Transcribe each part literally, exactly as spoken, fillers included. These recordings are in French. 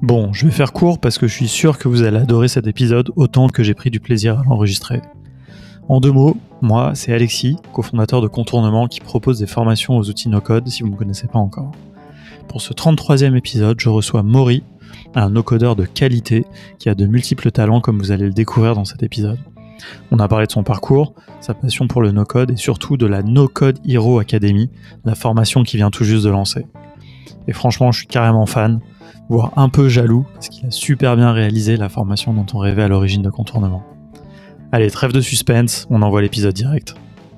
Bon, je vais faire court parce que je suis sûr que vous allez adorer cet épisode autant que j'ai pris du plaisir à l'enregistrer. En deux mots, moi, c'est Alexis, cofondateur de Contournement, qui propose des formations aux outils no-code si vous ne me connaissez pas encore. Pour ce trente-troisième épisode, je reçois Maury, un no-codeur de qualité qui a de multiples talents comme vous allez le découvrir dans cet épisode. On a parlé de son parcours, sa passion pour le no-code et surtout de la No-Code Hero Academy, la formation qui vient tout juste de lancer. Et franchement, je suis carrément fan, voire un peu jaloux, parce qu'il a super bien réalisé la formation dont on rêvait à l'origine de Contournement. Allez, trêve de suspense, on envoie l'épisode direct.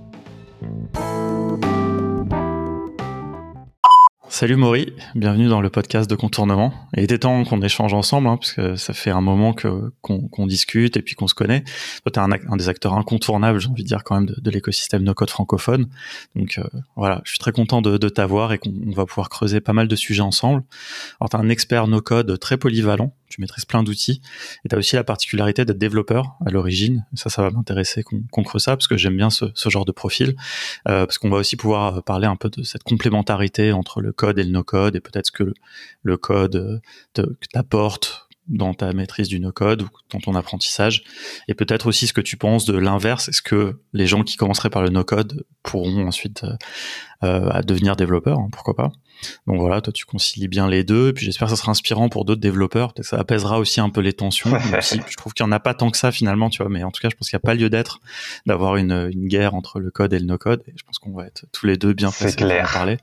Salut Maury, bienvenue dans le podcast de Contournement. Et il était temps qu'on échange ensemble, hein, parce que ça fait un moment que, qu'on, qu'on discute et puis qu'on se connaît. Toi, t'es un, un des acteurs incontournables, j'ai envie de dire quand même, de, de l'écosystème no-code francophone. Donc euh, voilà, je suis très content de, de t'avoir et qu'on on va pouvoir creuser pas mal de sujets ensemble. Alors, t'es un expert no-code très polyvalent, tu maîtrises plein d'outils, et t'as aussi la particularité d'être développeur à l'origine. Ça, ça va m'intéresser qu'on, qu'on creuse ça, parce que j'aime bien ce, ce genre de profil, euh, parce qu'on va aussi pouvoir parler un peu de cette complémentarité entre le code et le no-code, et peut-être ce que le, le code te, t'apporte dans ta maîtrise du no-code ou dans ton apprentissage, et peut-être aussi ce que tu penses de l'inverse. Est-ce que les gens qui commenceraient par le no-code pourront ensuite euh, à devenir développeurs, hein, pourquoi pas. Donc voilà, toi tu concilies bien les deux, et puis j'espère que ça sera inspirant pour d'autres développeurs, peut-être que ça apaisera aussi un peu les tensions, même si je trouve qu'il n'y en a pas tant que ça finalement, tu vois, mais en tout cas je pense qu'il n'y a pas lieu d'être, d'avoir une, une guerre entre le code et le no-code, et je pense qu'on va être tous les deux bien placés pour en parler.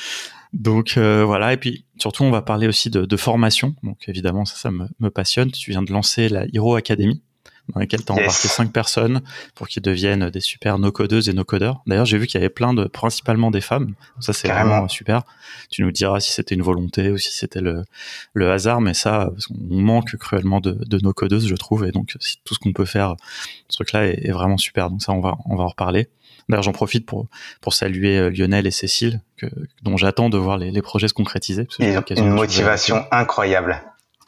Donc euh, voilà, et puis surtout on va parler aussi de, de formation, donc évidemment ça, ça me, me passionne. Tu viens de lancer la Hero Academy, dans laquelle tu as yes. embarqué cinq personnes pour qu'ils deviennent des super no-codeuses et no-codeurs. D'ailleurs, j'ai vu qu'il y avait plein de, principalement des femmes. Ça, c'est Carrément. Vraiment super. Tu nous diras si c'était une volonté ou si c'était le, le hasard, mais ça, parce qu'on manque cruellement de, de no-codeuses, je trouve, et donc tout ce qu'on peut faire, ce truc-là est, est vraiment super. Donc ça, on va, on va en reparler. D'ailleurs, j'en profite pour, pour saluer Lionel et Cécile, que, dont j'attends de voir les, les projets se concrétiser. Parce que Ils ont une motivation incroyable.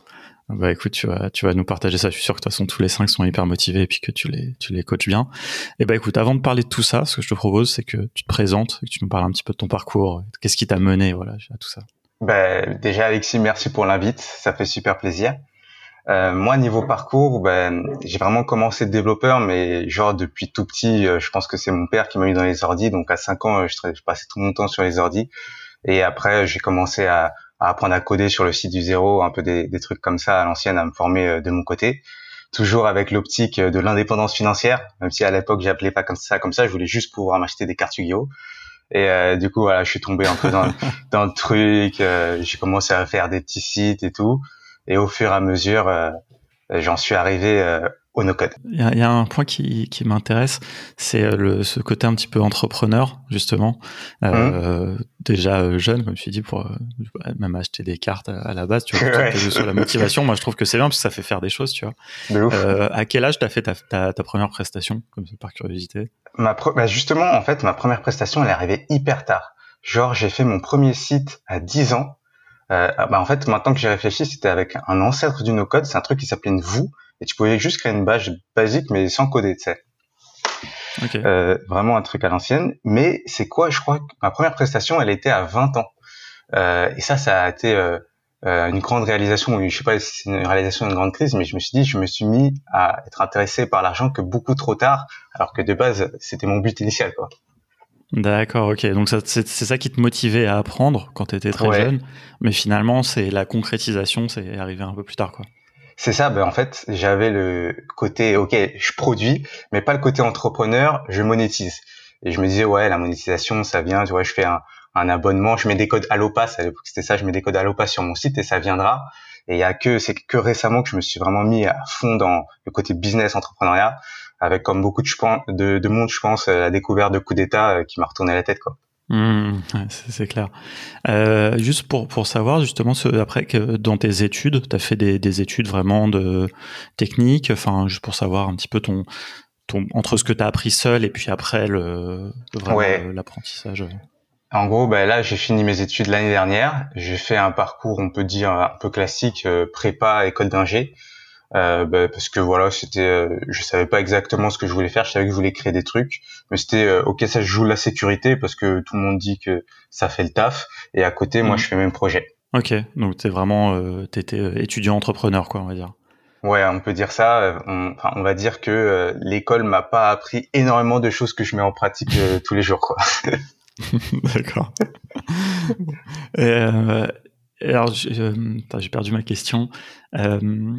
Bah écoute, tu vas, tu vas nous partager ça. Je suis sûr que de toute façon tous les cinq sont hyper motivés et puis que tu les, tu les coaches bien. Et bah écoute, avant de parler de tout ça, ce que je te propose, c'est que tu te présentes, que tu nous parles un petit peu de ton parcours, qu'est-ce qui t'a mené, voilà, à tout ça. Bah déjà Alexis, merci pour l'invite, ça fait super plaisir. Euh, moi niveau parcours, bah, j'ai vraiment commencé développeur, mais genre depuis tout petit, je pense que c'est mon père qui m'a mis dans les ordis. Donc à cinq ans, je, je passais tout mon temps sur les ordis. Et après, j'ai commencé à à apprendre à coder sur le site du zéro, un peu des, des trucs comme ça à l'ancienne, à me former de mon côté, toujours avec l'optique de l'indépendance financière, même si à l'époque j'appelais pas comme ça, comme ça, je voulais juste pouvoir m'acheter des cartes Yu-Gi-Oh! Et euh, du coup voilà, je suis tombé un peu dans, dans le truc, euh, j'ai commencé à faire des petits sites et tout, et au fur et à mesure, euh, j'en suis arrivé euh, au no-code. Il y a, il y a un point qui, qui m'intéresse, c'est le, ce côté un petit peu entrepreneur, justement. Euh, mmh. Déjà jeune, comme tu dis, pour euh, même acheter des cartes à, à la base, tu vois, ouais. Sur la motivation. Moi, je trouve que c'est bien parce que ça fait faire des choses, tu vois. De ouf. Euh, à quel âge t'as fait ta, ta, ta première prestation, comme ça, par curiosité? Ma pre- bah justement, en fait, ma première prestation, elle est arrivée hyper tard. Genre, j'ai fait mon premier site à dix ans. Euh, bah en fait, maintenant que j'ai réfléchi, c'était avec un ancêtre du no-code. C'est un truc qui s'appelait une V U. Et tu pouvais juste créer une page basique, mais sans coder, tu sais. Okay. Euh, vraiment un truc à l'ancienne. Mais c'est quoi, je crois que ma première prestation, elle était à vingt ans. Euh, et ça, ça a été euh, euh, une grande réalisation. Je sais pas si c'est une réalisation d'une grande crise, mais je me suis dit, je me suis mis à être intéressé par l'argent que beaucoup trop tard, alors que de base, c'était mon but initial, quoi. D'accord, ok. Donc ça, c'est, c'est ça qui te motivait à apprendre quand tu étais très ouais. jeune. Mais finalement, c'est la concrétisation, c'est arrivé un peu plus tard, quoi. C'est ça, ben en fait, j'avais le côté, ok, je produis, mais pas le côté entrepreneur, je monétise. Et je me disais, ouais, la monétisation, ça vient, tu vois, je fais un, un abonnement, je mets des codes Allopass, à l'époque c'était ça, je mets des codes Allopass sur mon site et ça viendra. Et il y a que, c'est que récemment que je me suis vraiment mis à fond dans le côté business, entrepreneuriat, avec comme beaucoup de, de, de monde, je pense, la découverte de Coup d'État qui m'a retourné la tête, quoi. Mmh, c'est, c'est clair. Euh, juste pour pour savoir justement ce, après que dans tes études, t'as fait des des études vraiment de technique, enfin juste pour savoir un petit peu ton ton entre ce que t'as appris seul et puis après le vraiment ouais. le, l'apprentissage. En gros, ben là, j'ai fini mes études l'année dernière. J'ai fait un parcours, on peut dire un peu classique, euh, prépa, école d'ingé. Euh, bah, parce que voilà, c'était, euh, je savais pas exactement ce que je voulais faire. Je savais que je voulais créer des trucs, mais c'était euh, ok, ça je joue la sécurité parce que tout le monde dit que ça fait le taf. Et à côté, mmh. moi, je fais mes projets. Ok, donc t'es vraiment, euh, t'étais étudiant entrepreneur, quoi, on va dire. Ouais, on peut dire ça. On, enfin, on va dire que euh, l'école m'a pas appris énormément de choses que je mets en pratique euh, tous les jours, quoi. D'accord. Et, euh, et alors, j'ai euh, attends, j'ai perdu ma question. Euh,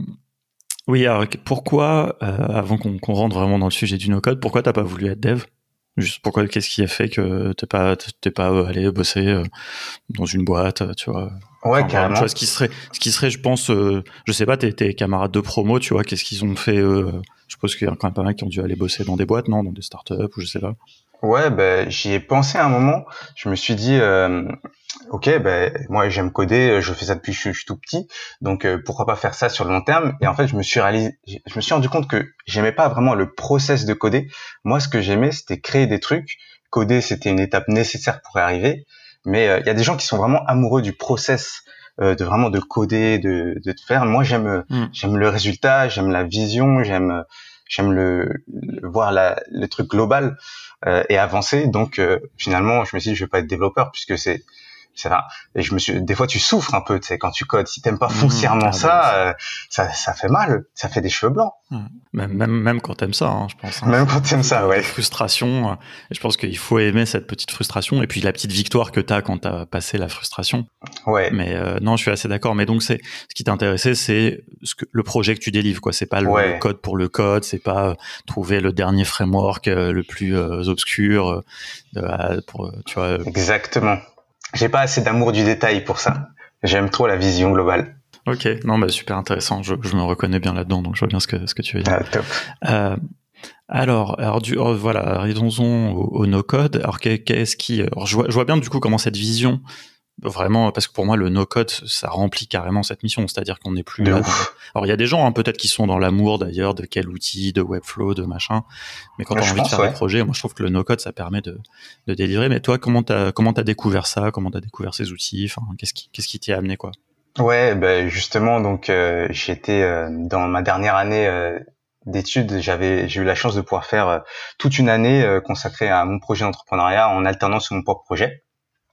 oui, alors pourquoi, euh, avant qu'on qu'on rentre vraiment dans le sujet du no-code, pourquoi t'as pas voulu être dev? Juste pourquoi, qu'est-ce qui a fait que t'es pas, t'es pas euh, allé bosser euh, dans une boîte, euh, tu vois? Ouais, Enfin, voilà, tu vois, carrément. ce qui serait, ce qui serait, je pense, euh, je sais pas, tes, tes camarades de promo, tu vois, qu'est-ce qu'ils ont fait eux? Je suppose qu'il y a quand même pas mal qui ont dû aller bosser dans des boîtes, non, dans des startups ou je sais pas. Ouais, ben j'y ai pensé un moment. Je me suis dit, euh, ok, ben moi j'aime coder, je fais ça depuis que je suis, je suis tout petit, donc euh, pourquoi pas faire ça sur le long terme. Et en fait, je me suis réalisé, je me suis rendu compte que j'aimais pas vraiment le process de coder. Moi, ce que j'aimais, c'était créer des trucs. Coder, c'était une étape nécessaire pour y arriver. Mais euh, il y a des gens qui sont vraiment amoureux du process, euh, de vraiment de coder, de de faire. Moi, j'aime Hmm. j'aime le résultat, j'aime la vision, j'aime j'aime le, le voir la, le truc global euh, et avancer. Donc euh, finalement, je me suis dit, je vais pas être développeur puisque c'est c'est ça. Et je me suis, des fois, tu souffres un peu, tu sais, quand tu codes. Si t'aimes pas Mhm. foncièrement Ah bah, ça, c'est- euh, ça, ça fait mal. Ça fait des cheveux blancs. ouais. Même, même, même quand t'aimes ça, hein, je pense, hein, Même c'est quand un t'aimes peu ça, de, de ouais. frustration. euh, Et je pense qu'il faut aimer cette petite frustration et puis la petite victoire que t'as quand t'as passé la frustration. Ouais, Mais euh, non, je suis assez d'accord. Mais donc, c'est ce qui t'intéressait, c'est ce que, le projet que tu délivres, quoi. C'est pas le, le ouais, code pour le code, c'est pas euh, trouver le dernier framework euh, le plus euh, obscur, euh, de- pour, euh, tu vois. euh, exactement. J'ai pas assez d'amour du détail pour ça. J'aime trop la vision globale. Ok, non, bah super intéressant. Je, je me reconnais bien là-dedans, donc je vois bien ce que ce que tu veux dire. Ah, top. Euh, alors, alors du, oh, voilà, arrivons-en au, au no-code. Alors, qu'est- qu'est-ce qui, alors, je vois, je vois bien du coup comment cette vision, vraiment, parce que pour moi, le no-code, ça remplit carrément cette mission. C'est-à-dire qu'on n'est plus De là dans. ouf. Alors, il y a des gens, hein, peut-être qui sont dans l'amour d'ailleurs de quel outil, de Webflow, de machin. Mais quand on a Je envie de pense, faire des ouais. projets, moi, je trouve que le no-code, ça permet de, de délivrer. Mais toi, comment t'as, comment t'as découvert ça? Comment t'as découvert ces outils? Enfin, qu'est-ce qui, qu'est-ce qui t'y a amené, quoi? Ouais, ben justement, donc euh, j'étais euh, dans ma dernière année euh, d'études, j'avais j'ai eu la chance de pouvoir faire euh, toute une année euh, consacrée à mon projet d'entrepreneuriat en alternant sur mon propre projet.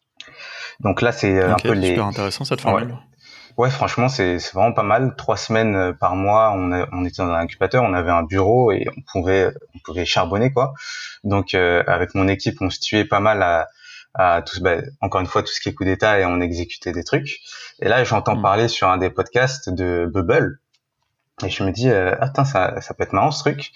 Donc là, c'est euh, un Ok, peu super les intéressant cette ouais. formule. Ouais, franchement, c'est c'est vraiment pas mal. Trois semaines euh, par mois, on a, on était dans un incubateur, on avait un bureau et on pouvait on pouvait charbonner quoi. Donc euh, avec mon équipe, on se tuait pas mal à à tout bah, encore une fois tout ce qui est coup d'état et on exécutait des trucs. Et là, j'entends Hmm. parler sur un des podcasts de Bubble et je me dis euh, attends ça ça peut être marrant ce truc.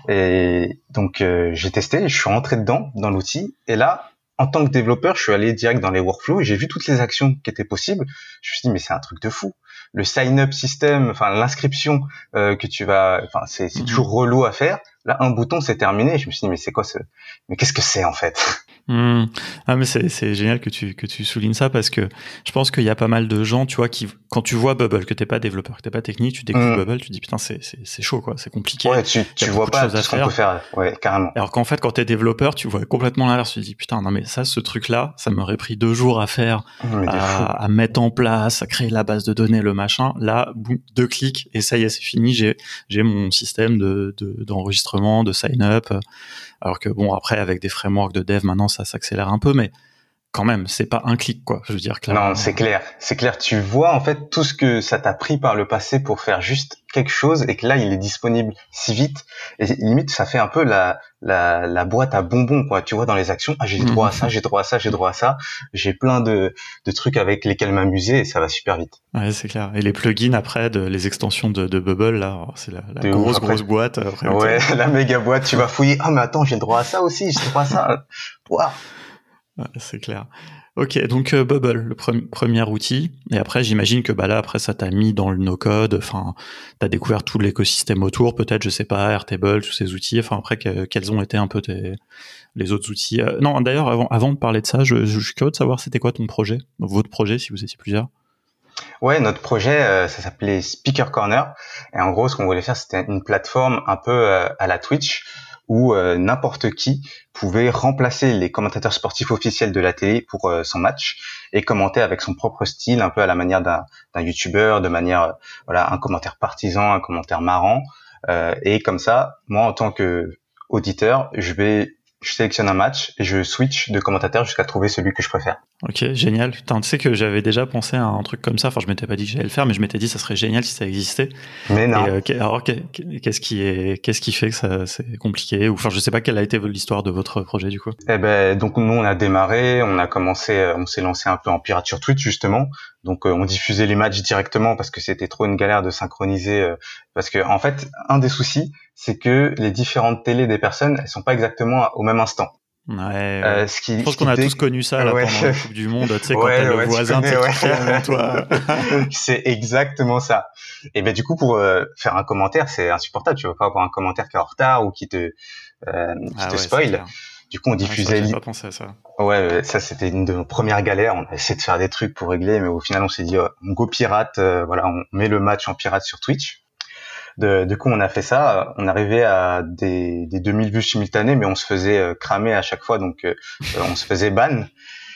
Et donc euh, j'ai testé, je suis rentré dedans dans l'outil et là en tant que développeur, je suis allé direct dans les workflows et j'ai vu toutes les actions qui étaient possibles. Je me suis dit mais c'est un truc de fou. Le sign-up système, enfin l'inscription euh, que tu vas, enfin c'est c'est Mhm. toujours relou à faire. Là un bouton c'est terminé. Je me suis dit mais c'est quoi ce, mais qu'est-ce que c'est en fait? Hmm. Ah mais c'est c'est génial que tu que tu soulignes ça parce que je pense qu'il y a pas mal de gens, tu vois, qui quand tu vois Bubble, que t'es pas développeur, que t'es pas technique, tu découvres Hum. Bubble, tu te dis putain c'est c'est c'est chaud quoi, c'est compliqué, Ouais, tu il y a tu vois beaucoup de pas choses tout à ce qu'on peut faire. faire. Ouais, carrément. Alors qu'en fait quand t'es développeur, tu vois complètement l'inverse, tu te dis putain non mais ça ce truc là, ça m'aurait pris deux jours à faire, Mais de fou. à, à mettre en place, à créer la base de données, le machin. Là, boum, deux clics et ça y est c'est fini, j'ai j'ai mon système de de d'enregistrement, de sign up. Alors que bon après avec des frameworks de dev maintenant ça s'accélère un peu, mais quand même, c'est pas un clic, quoi. Je veux dire, Non, clairement. c'est clair. C'est clair. Tu vois, en fait, tout ce que ça t'a pris par le passé pour faire juste quelque chose et que là, il est disponible si vite. Et limite, ça fait un peu la, la, la boîte à bonbons, quoi. Tu vois, dans les actions, ah, j'ai droit à ça, j'ai droit à ça, j'ai droit à ça. J'ai plein de, de trucs avec lesquels m'amuser et ça va super vite. Ouais, c'est clair. Et les plugins après, de, les extensions de, de Bubble, là, alors, c'est la, la De ouf. grosse, Après, grosse boîte. Après, ok. ouais, la méga boîte, tu vas fouiller. Ah, mais attends, j'ai le droit à ça aussi, j'ai le droit à ça. Waouh. Ouais, c'est clair. Ok, donc euh, Bubble, le pre- premier outil. Et après, j'imagine que bah là, après, ça t'a mis dans le no-code. Enfin, t'as découvert tout l'écosystème autour, peut-être, je sais pas, Airtable, tous ces outils. Enfin, après, que, quels ont été un peu tes, les autres outils. Euh, non, d'ailleurs, avant, avant de parler de ça, je, je suis curieux de savoir c'était quoi ton projet, votre projet, si vous étiez plusieurs. Ouais, notre projet, euh, ça s'appelait Speaker Corner. Et en gros, ce qu'on voulait faire, c'était une plateforme un peu euh, à la Twitch où euh, n'importe qui pouvait remplacer les commentateurs sportifs officiels de la télé pour euh, son match et commenter avec son propre style, un peu à la manière d'un, d'un YouTuber, de manière, euh, voilà, un commentaire partisan, un commentaire marrant. Euh, et comme ça, moi, en tant que auditeur, je vais, je sélectionne un match et je switch de commentateur jusqu'à trouver celui que je préfère. Ok, génial. Putain, tu sais que j'avais déjà pensé à un truc comme ça. Enfin, je m'étais pas dit que j'allais le faire, mais je m'étais dit que ça serait génial si ça existait. Mais Et non. euh, alors, qu'est-ce qui est, qu'est-ce qui fait que ça c'est compliqué? Ou enfin, je sais pas quelle a été l'histoire de votre projet du coup. Eh ben, donc nous on a démarré, on a commencé, on s'est lancé un peu en pirate sur Twitch justement. Donc euh, on diffusait les matchs directement parce que c'était trop une galère de synchroniser. Euh, parce que en fait, un des soucis, c'est que les différentes télés des personnes, elles sont pas exactement au même instant. Ouais, ouais. Euh, ce qui, je pense ce qui qu'on a dé... tous connu ça là ouais. pendant la Coupe du Monde, tu sais, quand ouais, t'as le ouais, voisin connais, qui ouais. crie devant toi. C'est exactement ça. Et ben du coup, pour euh, faire un commentaire, c'est insupportable. Tu vas pas avoir un commentaire qui est en retard ou qui te euh, qui Ah te ouais, spoil. Du coup, on diffusait. Ouais, j'ai pas pensé à ça. Ouais, ça c'était une de nos premières galères. On a essayé de faire des trucs pour régler, mais au final, on s'est dit, oh, on go pirate. Euh, voilà, on met le match en pirate sur Twitch. De, du coup, on a fait ça. On arrivait à des, des deux mille vues simultanées, mais on se faisait euh, cramer à chaque fois, donc euh, on se faisait ban.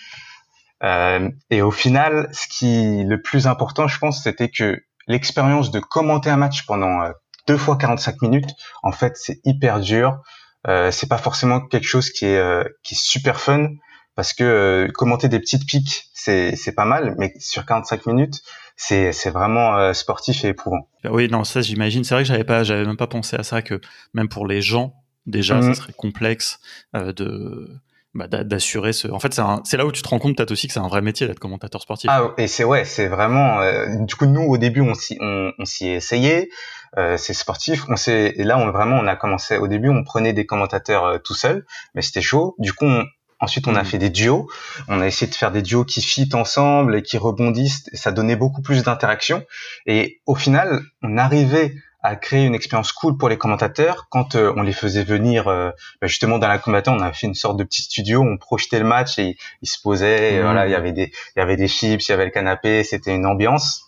Euh, et au final, ce qui le plus important, je pense, c'était que l'expérience de commenter un match pendant euh, deux fois quarante-cinq minutes, en fait, c'est hyper dur. Euh, c'est pas forcément quelque chose qui est euh, qui est super fun parce que euh, commenter des petites piques, c'est c'est pas mal, mais sur quarante-cinq minutes, c'est c'est vraiment euh, sportif et éprouvant. Oui, non, ça j'imagine. C'est vrai que j'avais pas, j'avais même pas pensé à ça, que même pour les gens, déjà, Mmh. ça serait complexe euh, de bah, d'assurer ce. En fait, c'est un... c'est là où tu te rends compte peut-être aussi que c'est un vrai métier d'être commentateur sportif. Ah, et c'est ouais, c'est vraiment. Euh, du coup, nous au début, on s'y on, on s'y est essayé. Euh, c'est sportif. On s'est et là, on vraiment, on a commencé. Au début, on prenait des commentateurs euh, tout seul, mais c'était chaud. Du coup, on, ensuite, on a Mmh. fait des duos. On a essayé de faire des duos qui fit ensemble et qui rebondissent. Et ça donnait beaucoup plus d'interaction. Et au final, on arrivait à créer une expérience cool pour les commentateurs quand euh, on les faisait venir euh, justement dans la combattant. On a fait une sorte de petit studio, on projetait le match et ils se posaient. Et Mmh. voilà, il y avait des il y avait des chips, il y avait le canapé, c'était une ambiance.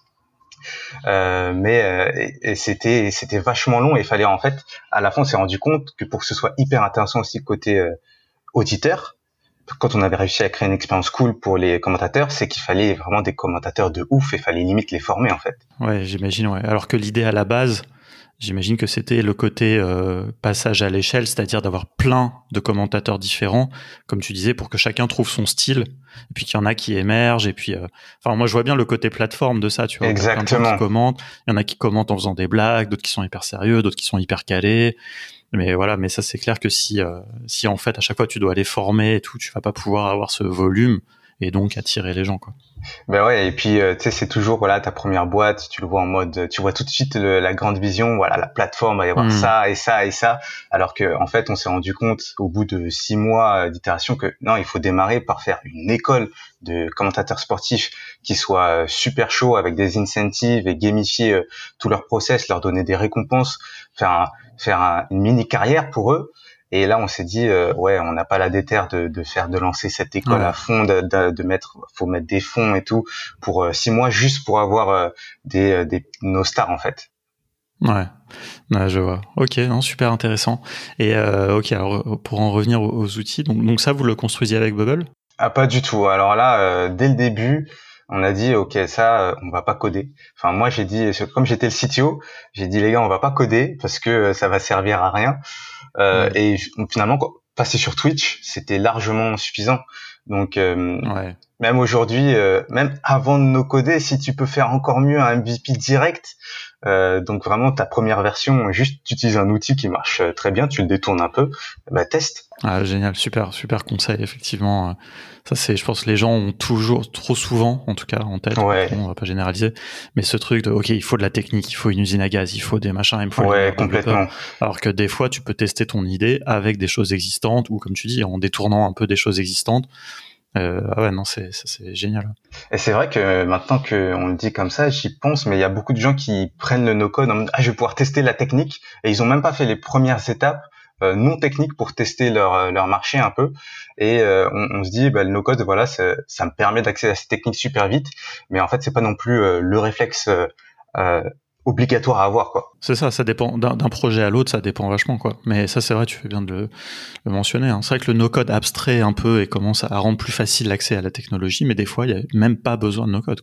Euh, mais euh, et, et c'était c'était vachement long et il fallait en fait à la fin on s'est rendu compte que pour que ce soit hyper intéressant aussi côté euh, auditeur, quand on avait réussi à créer une expérience cool pour les commentateurs, c'est qu'il fallait vraiment des commentateurs de ouf et il fallait limite les former en fait. Ouais, j'imagine. Ouais. Alors que l'idée à la base, j'imagine que c'était le côté euh, passage à l'échelle, c'est-à-dire d'avoir plein de commentateurs différents, comme tu disais, pour que chacun trouve son style, et puis qu'il y en a qui émergent, et puis, euh... enfin, moi je vois bien le côté plateforme de ça, tu vois. Exactement. Plein de gens qui commentent, il y en a qui commentent en faisant des blagues, d'autres qui sont hyper sérieux, d'autres qui sont hyper calés. Mais voilà, mais ça c'est clair que si, euh, si en fait à chaque fois tu dois les former et tout, tu vas pas pouvoir avoir ce volume et donc attirer les gens, quoi. Ben ouais, et puis euh, tu sais, c'est toujours voilà ta première boîte, tu le vois en mode, tu vois tout de suite le, la grande vision, voilà la plateforme, il va y avoir mmh. ça et ça et ça, alors que en fait on s'est rendu compte au bout de six mois d'itération que non, il faut démarrer par faire une école de commentateurs sportifs qui soit super chaud avec des incentives et gamifier euh, tout leur process, leur donner des récompenses, faire un, faire un, une mini carrière pour eux. Et là, on s'est dit, euh, ouais, on n'a pas la déterre de, de faire, de lancer cette école ouais. à fond, de, de, de mettre, faut mettre des fonds et tout pour euh, six mois juste pour avoir euh, des, des nos stars en fait. Ouais, ouais, je vois. Ok, non, super intéressant. Et euh, ok, alors pour en revenir aux, aux outils, donc donc ça, vous le construisiez avec Bubble ? Ah, pas du tout. Alors là, euh, dès le début, on a dit, ok, ça, euh, on va pas coder. Enfin, moi, j'ai dit, comme j'étais le C T O, j'ai dit, les gars, on va pas coder parce que euh, ça va servir à rien. Euh, ouais. Et finalement, passer sur Twitch, c'était largement suffisant. Donc, euh, ouais. même aujourd'hui, euh, même avant de no coder, si tu peux faire encore mieux un M V P direct, euh, donc vraiment ta première version, juste tu utilises un outil qui marche très bien, tu le détournes un peu, bah teste. Ah, génial, super, super conseil, effectivement. Ça, c'est, je pense que les gens ont toujours, trop souvent, en tout cas, en tête, ouais. on va pas généraliser, mais ce truc de, ok, il faut de la technique, il faut une usine à gaz, il faut des machins, il faut ouais, complètement. Alors que des fois, tu peux tester ton idée avec des choses existantes ou, comme tu dis, en détournant un peu des choses existantes. Euh, ah ouais, non, c'est, c'est, c'est génial. Et c'est vrai que maintenant qu'on le dit comme ça, j'y pense, mais il y a beaucoup de gens qui prennent le no-code en mode, ah, je vais pouvoir tester la technique, et ils ont même pas fait les premières étapes euh, non techniques pour tester leur leur marché un peu. Et euh, on, on se dit, bah, le no-code, voilà, ça, ça me permet d'accéder à ces techniques super vite, mais en fait, c'est pas non plus euh, le réflexe euh, euh, obligatoire à avoir, quoi. C'est ça, ça dépend d'un, d'un projet à l'autre, ça dépend vachement, quoi. Mais ça, c'est vrai, tu fais bien de le, le mentionner, hein. C'est vrai que le no-code abstrait un peu et commence à rendre plus facile l'accès à la technologie, mais des fois, il y a même pas besoin de no-code, quoi.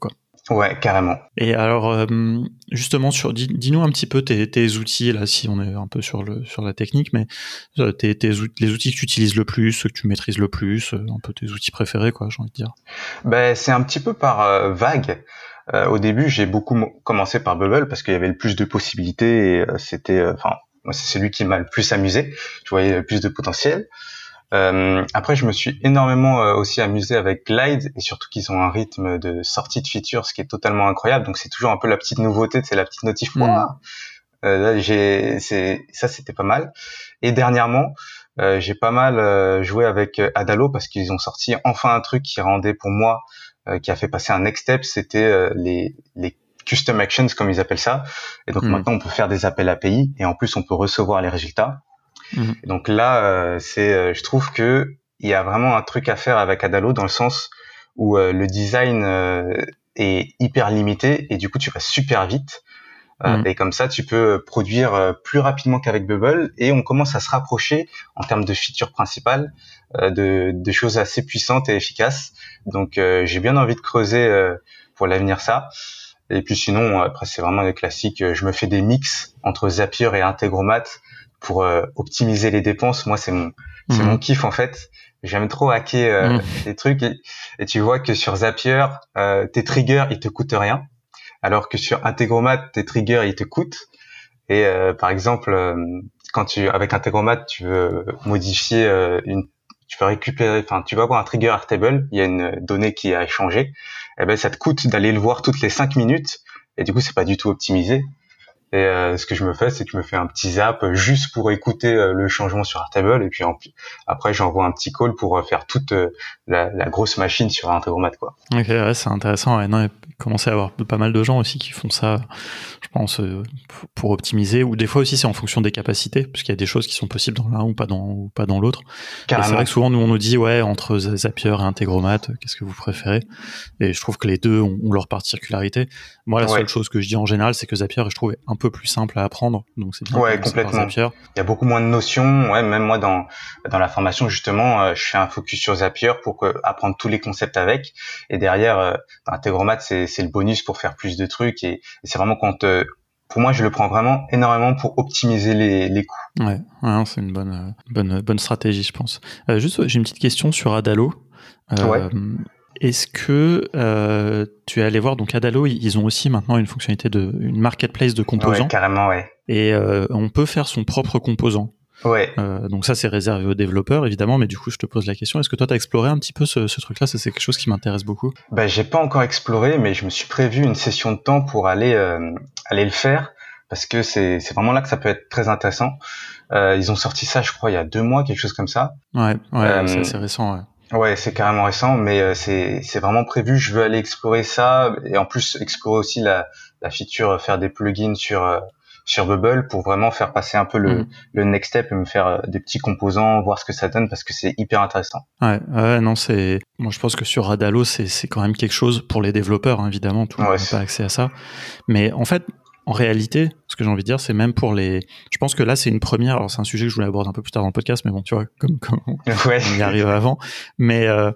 Ouais, carrément. Et alors, euh, justement, sur, dis, dis-nous un petit peu tes, tes outils, là, si on est un peu sur le sur la technique, mais euh, tes, tes, les outils que tu utilises le plus, ceux que tu maîtrises le plus, euh, un peu tes outils préférés, quoi, j'ai envie de dire. Ben, c'est un petit peu par euh, vague. Euh, au début, j'ai beaucoup mo- commencé par Bubble parce qu'il y avait le plus de possibilités et euh, c'était, enfin, moi, c'est celui qui m'a le plus amusé. Je voyais le plus de potentiel. Euh, après, je me suis énormément euh, aussi amusé avec Glide et surtout qu'ils ont un rythme de sortie de features, ce qui est totalement incroyable. Donc, c'est toujours un peu la petite nouveauté, c'est la petite notif. Mmh. Wow, euh, là, j'ai, c'est, ça, c'était pas mal. Et dernièrement, euh, j'ai pas mal euh, joué avec euh, Adalo parce qu'ils ont sorti enfin un truc qui rendait pour moi, euh, qui a fait passer un next step. C'était euh, les les custom actions comme ils appellent ça. Et donc Mmh. maintenant, on peut faire des appels A P I et en plus, on peut recevoir les résultats. Mmh. Et donc là, euh, c'est, euh, je trouve que il y a vraiment un truc à faire avec Adalo dans le sens où euh, le design euh, est hyper limité et du coup, tu vas super vite. Euh, Mmh. et comme ça, tu peux produire euh, plus rapidement qu'avec Bubble et on commence à se rapprocher en termes de features principales euh, de, de choses assez puissantes et efficaces. Donc, euh, j'ai bien envie de creuser euh, pour l'avenir ça. Et puis sinon, après, c'est vraiment les classiques. Je me fais des mix entre Zapier et Integromat pour euh, optimiser les dépenses. Moi, c'est mon, c'est Mmh. mon kiff en fait. J'aime trop hacker euh, Mmh. des trucs et, et tu vois que sur Zapier, euh, tes triggers, ils te coûtent rien. Alors que sur Integromat, tes triggers, ils te coûtent. Et euh, par exemple, euh, quand tu avec Integromat, tu veux modifier euh, une, tu veux récupérer, enfin, tu vas avoir un trigger Airtable, il y a une donnée qui est à échanger. Eh ben, ça te coûte d'aller le voir toutes les cinq minutes. Et du coup, c'est pas du tout optimisé. Et euh, ce que je me fais, c'est que je me fais un petit zap juste pour écouter euh, le changement sur Airtable. Et puis en, après, j'envoie un petit call pour euh, faire toute euh, la, la grosse machine sur Integromat, quoi. Ok, ouais, c'est intéressant. Ouais, non, il commence à y avoir pas mal de gens aussi qui font ça, je pense, euh, pour optimiser. Ou des fois aussi, c'est en fonction des capacités, parce qu'il y a des choses qui sont possibles dans l'un ou pas dans ou pas dans l'autre. Et c'est vrai que souvent, nous, on nous dit, ouais, entre Zapier et Integromat, qu'est-ce que vous préférez? Et je trouve que les deux ont, ont leur particularité. Moi, la Ouais. seule chose que je dis en général, c'est que Zapier, je trouve, est un peu plus simple à apprendre. Donc, c'est bien. Ouais, complètement. Il y a beaucoup moins de notions. Ouais, même moi, dans dans la formation, justement, euh, je fais un focus sur Zapier pour que, apprendre tous les concepts avec. Et derrière, euh, dans Integromat, c'est c'est le bonus pour faire plus de trucs. Et, et c'est vraiment quand, euh, pour moi, je le prends vraiment énormément pour optimiser les les coûts. Ouais, ouais, c'est une bonne euh, bonne bonne stratégie, je pense. Euh, juste, j'ai une petite question sur Adalo. Euh, ouais. Est-ce que euh, tu es allé voir, donc Adalo, ils ont aussi maintenant une fonctionnalité de une marketplace de composants. Ouais, carrément, ouais. Et euh, on peut faire son propre composant. Ouais. Euh, donc ça, c'est réservé aux développeurs, évidemment, mais du coup, je te pose la question, est-ce que toi, tu as exploré un petit peu ce, ce truc-là? Ça, c'est quelque chose qui m'intéresse beaucoup. Ben, j'ai pas encore exploré, mais je me suis prévu une session de temps pour aller euh, aller le faire, parce que c'est c'est vraiment là que ça peut être très intéressant. Euh, ils ont sorti ça, je crois, il y a deux mois, quelque chose comme ça. Ouais, ouais, Euh, c'est assez récent, ouais. Ouais, c'est carrément récent, mais euh, c'est c'est vraiment prévu. Je veux aller explorer ça et en plus explorer aussi la la feature, euh, faire des plugins sur euh, sur Bubble pour vraiment faire passer un peu le Mmh. le next step et me faire euh, des petits composants, voir ce que ça donne parce que c'est hyper intéressant. Ouais, ouais, non, c'est. Moi, je pense que sur Adalo, c'est c'est quand même quelque chose pour les développeurs, hein, évidemment. Tout le monde Ouais, n'a c'est- pas accès à ça. Mais en fait, en réalité, ce que j'ai envie de dire, c'est même pour les. Je pense que là, c'est une première. Alors, c'est un sujet que je voulais aborder un peu plus tard dans le podcast, mais bon, tu vois, comme, comme ouais, on y arrive avant. Mais euh,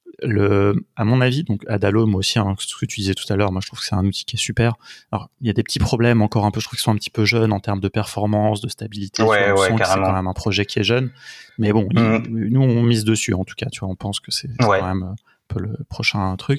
le, à mon avis, donc Adalo, moi aussi, hein, ce que tu disais tout à l'heure, moi je trouve que c'est un outil qui est super. Alors, il y a des petits problèmes encore un peu, je trouve qu'ils sont un petit peu jeunes en termes de performance, de stabilité. ouais, tu vois, on ouais, sent que c'est carrément. quand même un projet qui est jeune. Mais bon, Mhm. il, nous, on mise dessus, en tout cas, tu vois, on pense que c'est c'est Ouais. quand même un peu le prochain truc.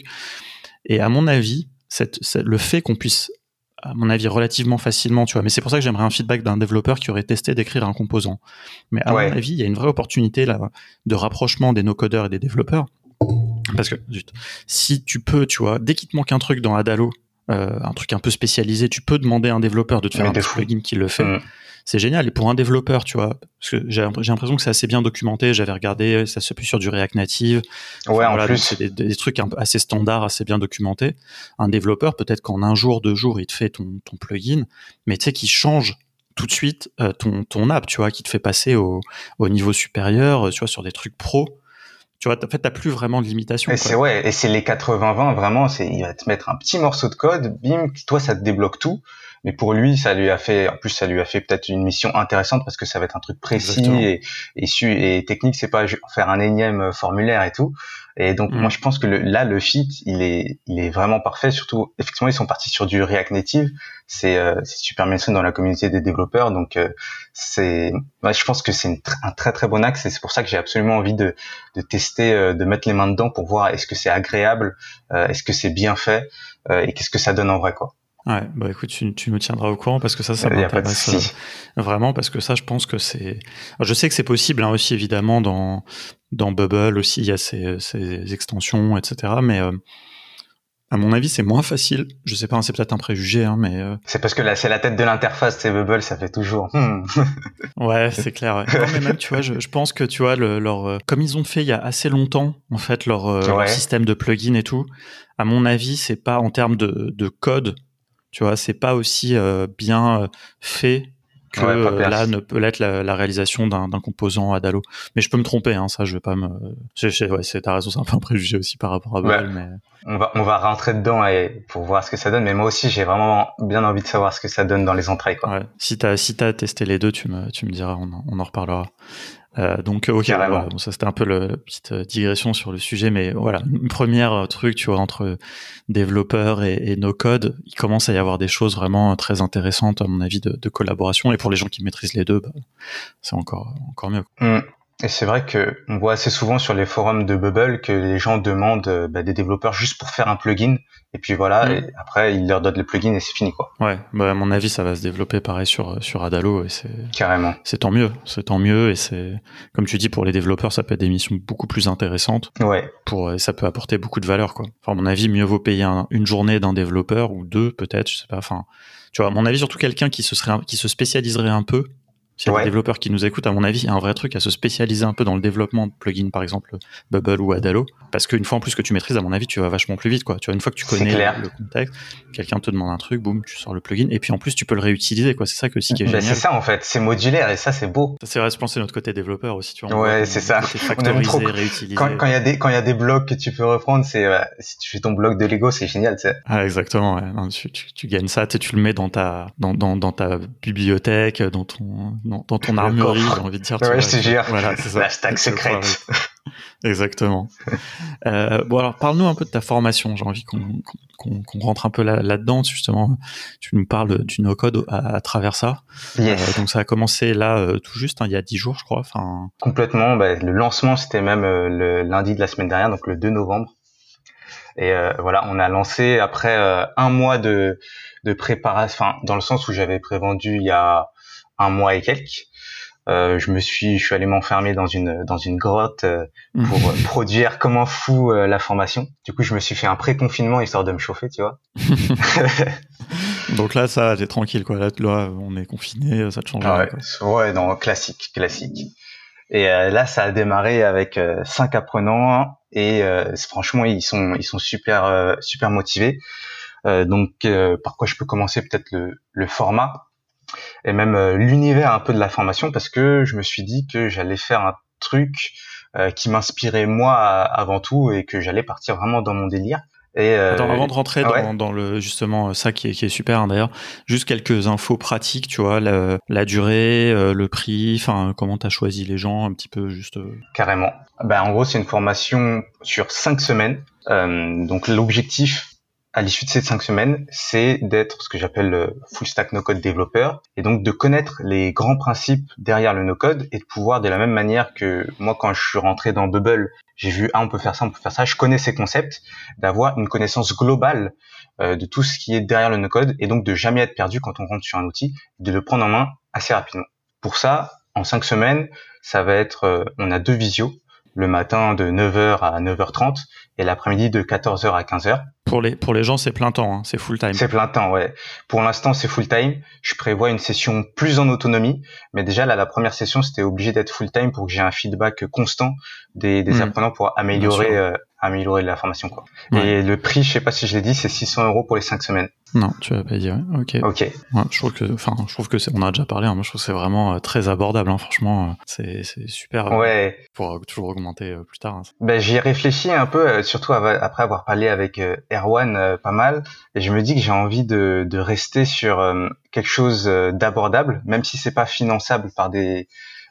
Et à mon avis, cette, cette, le fait qu'on puisse, à mon avis, relativement facilement, tu vois, mais c'est pour ça que j'aimerais un feedback d'un développeur qui aurait testé d'écrire un composant. Mais à Ouais. mon avis, il y a une vraie opportunité là de rapprochement des no-codeurs et des développeurs. Parce que, zut, si tu peux, tu vois, dès qu'il te manque un truc dans Adalo, euh, un truc un peu spécialisé, tu peux demander à un développeur de te faire Mais un de petit fou. plugin qui le fait. Mhm. C'est génial. Et pour un développeur, tu vois, parce que j'ai j'ai l'impression que c'est assez bien documenté. J'avais regardé, ça s'appuie sur du React Native. Ouais, Enfin, en voilà, donc plus. c'est des, des trucs un peu assez standards, assez bien documentés. Un développeur, peut-être qu'en un jour, deux jours, il te fait ton, ton plugin, mais tu sais qu'il change tout de suite euh, ton, ton app, tu vois, qui te fait passer au, au niveau supérieur, euh, tu vois, sur des trucs pro. Tu vois, en fait, t'as plus vraiment de limitation. Et quoi. c'est ouais, et c'est les quatre-vingts vingt vraiment, c'est il va te mettre un petit morceau de code, bim, toi ça te débloque tout. Mais pour lui, ça lui a fait, en plus ça lui a fait peut-être une mission intéressante parce que ça va être un truc précis Exactement. et, et su et technique, c'est pas ju- faire un énième formulaire et tout. Et donc Mmh. moi je pense que le, là le fit il est il est vraiment parfait. Surtout effectivement ils sont partis sur du React Native, c'est euh, c'est super mainstream dans la communauté des développeurs. Donc euh, c'est moi je pense que c'est une tr- un très très bon axe et c'est pour ça que j'ai absolument envie de de tester, euh, de mettre les mains dedans pour voir est-ce que c'est agréable, euh, est-ce que c'est bien fait euh, et qu'est-ce que ça donne en vrai quoi. Ouais, bah écoute, tu, tu me tiendras au courant parce que ça, ça Il y a pas de m'intéresse euh, souci. vraiment parce que ça, je pense que c'est. Alors, je sais que c'est possible hein, aussi évidemment dans dans Bubble aussi, il y a ces, ces extensions, et cetera. Mais euh, à mon avis, c'est moins facile. Je sais pas, hein, c'est peut-être un préjugé, hein, mais euh, C'est parce que là c'est la tête de l'interface, c'est Bubble, ça fait toujours. Hmm. ouais, c'est clair. Ouais. Non, mais même, tu vois, je, je pense que tu vois le, leur euh, comme ils ont fait il y a assez longtemps en fait leur euh, leur Ouais. système de plugin et tout. À mon avis, c'est pas en termes de de code. Tu vois, c'est pas aussi euh, bien euh, fait que Ouais, pas euh, bien. là ne peut l'être la, la réalisation d'un, d'un composant Adalo. Mais je peux me tromper, hein, ça, je vais pas me. Je, je, ouais, c'est ta raison, c'est un peu un préjugé aussi par rapport à Ouais. Bubble, mais. On va, on va rentrer dedans et pour voir ce que ça donne. Mais moi aussi, j'ai vraiment bien envie de savoir ce que ça donne dans les entrailles, quoi. Ouais. Si t'as si t'as testé les deux, tu me tu me diras, on en, on en reparlera. Euh, donc ok, bon, Carrément. voilà, bon, ça c'était un peu le, la petite digression sur le sujet, mais voilà, une première truc, tu vois, entre développeurs et, et no code, il commence à y avoir des choses vraiment très intéressantes à mon avis de, de collaboration, et pour les gens qui maîtrisent les deux, bah, c'est encore encore mieux. Mm. Et c'est vrai que on voit assez souvent sur les forums de Bubble que les gens demandent euh, bah, des développeurs juste pour faire un plugin et puis voilà, Mm. et après ils leur donnent le plugin et c'est fini quoi. Ouais, bah à mon avis ça va se développer pareil sur sur Adalo et c'est Carrément. c'est tant mieux, c'est tant mieux et c'est comme tu dis pour les développeurs ça peut être des missions beaucoup plus intéressantes. Ouais. Pour et ça peut apporter beaucoup de valeur quoi. Enfin à mon avis mieux vaut payer un, une journée d'un développeur ou deux peut-être, je sais pas. Enfin tu vois à mon avis surtout quelqu'un qui se serait qui se spécialiserait un peu. S'il y a Ouais. des développeurs qui nous écoutent, à mon avis, il y a un vrai truc à se spécialiser un peu dans le développement de plugins, par exemple Bubble ou Adalo, parce qu'une fois en plus que tu maîtrises, à mon avis, tu vas vachement plus vite, quoi. Tu vois, une fois que tu C'est connais clair. le, le contexte, quelqu'un te demande un truc, boum, tu sors le plugin, et puis en plus, tu peux le réutiliser, quoi. C'est ça que aussi qui est Ben, génial. c'est ça en fait, c'est modulaire et ça c'est beau. Ça, c'est vrai, je pense que c'est notre côté développeur aussi, tu vois. On Ouais, voit c'est qu'on- ça. Côté On aime trop factorisé, réutilisé. quand quand il y a des quand il y a des blocs que tu peux reprendre, c'est euh, si tu fais ton bloc de Lego, c'est génial, tu sais. Ah, exactement, ouais. Non, tu, tu, tu gagnes ça, tu, tu le mets dans ta, dans, dans, dans ta bibliothèque, dans ton, dans, dans ton Le armurerie, coffre. j'ai envie de dire. Ouais, tu vois, je te jure. Voilà, c'est ça. La stack Tu le prends secrète. avec. Exactement. Euh, bon alors parle-nous un peu de ta formation. J'ai envie qu'on qu'on, qu'on rentre un peu là, là-dedans justement. Tu nous parles du no-code à, à travers ça. Yes. Euh, donc ça a commencé là euh, tout juste, hein, il y a dix jours je crois. Enfin. Complètement. Bah, le lancement c'était même euh, le lundi de la semaine dernière, donc le deux novembre. Et euh, voilà, on a lancé après euh, un mois de de préparation, enfin dans le sens où j'avais prévendu il y a un mois et quelques. Euh, je me suis, je suis allé m'enfermer dans une dans une grotte euh, pour euh, produire comme un fou euh, la formation. Du coup, je me suis fait un pré-confinement histoire de me chauffer, tu vois. Donc là, ça, t'es tranquille, quoi. Là, là, on est confiné, ça te change Ah rien, ouais, quoi. ouais, non, classique, classique. Et euh, là, ça a démarré avec euh, cinq apprenants et euh, franchement, ils sont ils sont super euh, super motivés. Euh, donc, euh, par quoi je peux commencer peut-être le le format et même euh, l'univers un peu de la formation parce que je me suis dit que j'allais faire un truc euh, qui m'inspirait moi avant tout et que j'allais partir vraiment dans mon délire. Et euh, Attends, avant de rentrer ouais. dans, dans le justement ça qui est, qui est super hein, d'ailleurs, juste quelques infos pratiques, tu vois, la, la durée, euh, le prix, enfin comment t'as choisi les gens, un petit peu juste. Euh... Carrément. Ben en gros c'est une formation sur cinq semaines. Euh, donc l'objectif à l'issue de ces cinq semaines, c'est d'être ce que j'appelle le full stack no-code développeur et donc de connaître les grands principes derrière le no-code et de pouvoir de la même manière que moi quand je suis rentré dans Bubble, j'ai vu ah on peut faire ça, on peut faire ça, je connais ces concepts, d'avoir une connaissance globale euh, de tout ce qui est derrière le no-code et donc de jamais être perdu quand on rentre sur un outil, de le prendre en main assez rapidement. Pour ça, en cinq semaines, ça va être, euh, on a deux visios, le matin de neuf heures à neuf heures trente et l'après-midi de quatorze heures à quinze heures. Pour les pour les gens, c'est plein temps, hein, c'est full time. C'est plein temps, ouais. Pour l'instant, c'est full time. Je prévois une session plus en autonomie, mais déjà là, la première session, c'était obligé d'être full time pour que j'ai un feedback constant des, des mmh. apprenants pour améliorer euh, améliorer la formation, quoi. Ouais. Et le prix, je sais pas si je l'ai dit, c'est six cents euros pour les cinq semaines. Non, tu vas pas dire. Ok. Ok. Ouais, je trouve que, enfin, je trouve que c'est, on a déjà parlé. Hein, moi, je trouve que c'est vraiment euh, très abordable. Hein, franchement, euh, c'est c'est super. Euh, ouais. Pour euh, toujours augmenter euh, plus tard. Hein. Ben j'y ai réfléchi un peu, euh, surtout av- après avoir parlé avec euh, Erwan euh, pas mal, et je me dis que j'ai envie de de rester sur euh, quelque chose euh, d'abordable, même si c'est pas finançable par des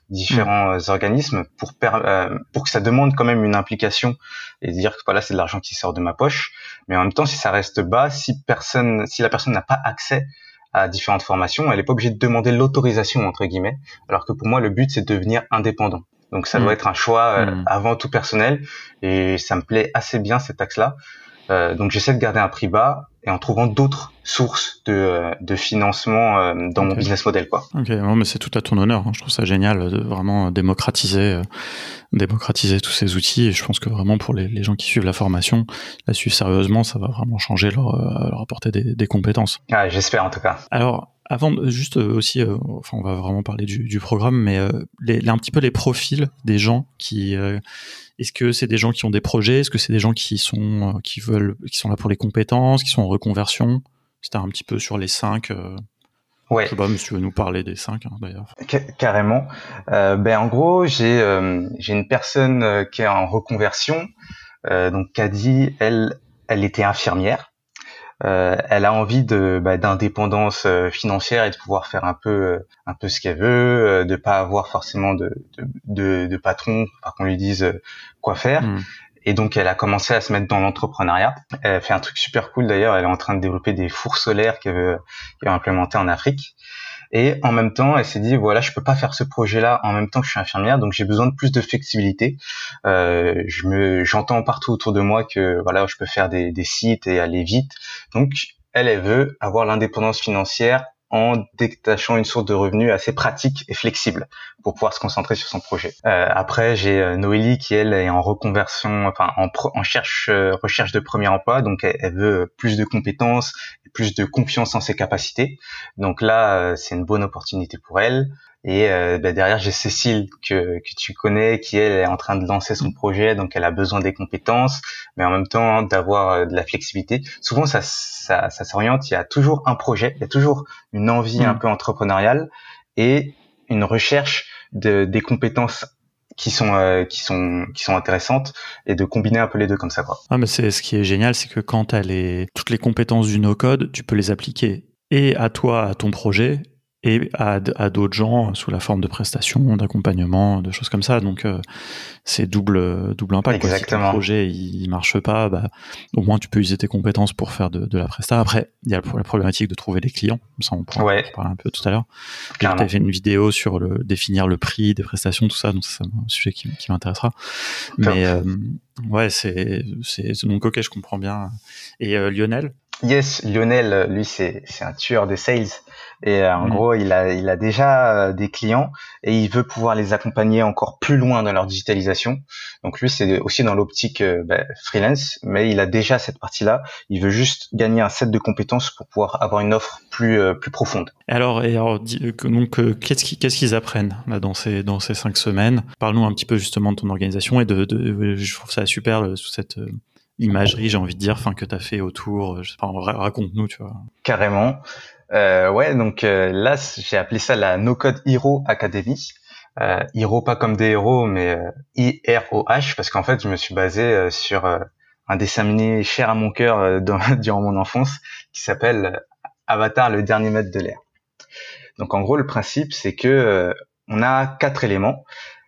différents mmh. organismes pour per, euh, pour que ça demande quand même une implication et dire que voilà, c'est de l'argent qui sort de ma poche. Mais en même temps, si ça reste bas, si personne, si la personne n'a pas accès à différentes formations, elle est pas obligée de demander l'autorisation entre guillemets. Alors que pour moi, le but c'est de devenir indépendant. Donc ça mmh. doit être un choix euh, mmh. avant tout personnel et ça me plaît assez bien cet axe-là. Euh, donc j'essaie de garder un prix bas et en trouvant d'autres sources de, de financement euh, dans okay. mon business model, quoi. Ok, non, mais c'est tout à ton honneur. Hein. Je trouve ça génial de vraiment démocratiser, euh, démocratiser tous ces outils. Et je pense que vraiment pour les, les gens qui suivent la formation, la suivent sérieusement, ça va vraiment changer leur, euh, leur apporter des, des compétences. Ah, j'espère en tout cas. Alors. Avant, juste euh, aussi, euh, enfin, on va vraiment parler du, du programme, mais euh, les, les, un petit peu les profils des gens qui, euh, est-ce que c'est des gens qui ont des projets, est-ce que c'est des gens qui sont, euh, qui veulent, qui sont là pour les compétences, qui sont en reconversion. C'était un petit peu sur les cinq. Euh, ouais. Je sais pas, mais si tu veux nous parler des cinq, hein, d'ailleurs. Carrément. Euh, ben en gros, j'ai, euh, j'ai une personne euh, qui est en reconversion, euh, donc Kadi, elle, elle était infirmière. Euh, elle a envie de bah, d'indépendance euh, financière et de pouvoir faire un peu euh, un peu ce qu'elle veut, euh, de pas avoir forcément de de, de, de patron, par qu'on lui dise euh, quoi faire. Mmh. Et donc elle a commencé à se mettre dans l'entrepreneuriat. Elle fait un truc super cool d'ailleurs. Elle est en train de développer des fours solaires qu'elle veut, qu'elle veut implémenter en Afrique. Et en même temps, elle s'est dit voilà, je peux pas faire ce projet-là en même temps que je suis infirmière, donc j'ai besoin de plus de flexibilité. Euh, je me, j'entends partout autour de moi que voilà, je peux faire des, des sites et aller vite. Donc elle, elle veut avoir l'indépendance financière en détachant une source de revenus assez pratique et flexible pour pouvoir se concentrer sur son projet. Euh, après, j'ai euh, Noélie qui elle est en reconversion, enfin en, pro, en cherche euh, recherche de premier emploi, donc elle, elle veut plus de compétences et plus de confiance en ses capacités. Donc là, euh, c'est une bonne opportunité pour elle. Et euh, bah derrière, j'ai Cécile que que tu connais, qui elle est en train de lancer son projet, donc elle a besoin des compétences, mais en même temps d'avoir euh, de la flexibilité. Souvent, ça ça, ça s'oriente. Il y a toujours un projet, il y a toujours une envie mmh. un peu entrepreneuriale et une recherche de des compétences qui sont euh, qui sont qui sont intéressantes et de combiner un peu les deux comme ça, quoi. Ah, mais c'est ce qui est génial, c'est que quand tu as les toutes les compétences du no-code, tu peux les appliquer et à toi, à ton projet, et à, à d'autres gens sous la forme de prestations, d'accompagnement, de choses comme ça. Donc euh, c'est double double impact. Exactement. Si ton projet il, il marche pas, bah, au moins tu peux utiliser tes compétences pour faire de, de la presta. Après, il y a la problématique de trouver des clients. Ça, on pourra ouais. en parler un peu tout à l'heure. Tu as fait une vidéo sur le définir le prix des prestations, tout ça. Donc c'est un sujet qui, qui m'intéressera. Top. Mais euh, ouais, c'est, c'est donc ok, je comprends bien. Et euh, Lionel. Yes, Lionel, lui c'est c'est un tueur de sales. Et euh, en mmh. gros, il a il a déjà euh, des clients et il veut pouvoir les accompagner encore plus loin dans leur digitalisation. Donc lui, c'est aussi dans l'optique euh, bah, freelance, mais il a déjà cette partie-là. Il veut juste gagner un set de compétences pour pouvoir avoir une offre plus euh, plus profonde. Alors, et alors donc euh, qu'est-ce qu'ils qu'est-ce qu'ils apprennent là dans ces dans ces cinq semaines? Parle-nous un petit peu justement de ton organisation et de, de je trouve ça super sous cette euh, imagerie, j'ai envie de dire, enfin que t'as fait autour. Je sais pas, raconte-nous, tu vois. Carrément. Euh, ouais, donc euh, là, j'ai appelé ça la No Code Hero Academy. Euh, Hero pas comme des héros, mais euh, I R O H, parce qu'en fait, je me suis basé euh, sur euh, un dessin animé cher à mon cœur euh, dans, durant mon enfance, qui s'appelle Avatar, le dernier maître de l'air. Donc en gros, le principe, c'est que euh, on a quatre éléments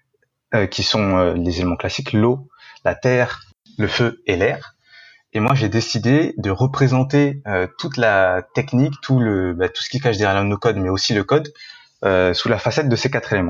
euh, qui sont euh, les éléments classiques: l'eau, la terre, le feu et l'air. Et moi, j'ai décidé de représenter euh, toute la technique, tout le, bah, tout ce qui cache derrière le no-code, mais aussi le code, euh, sous la facette de ces quatre éléments.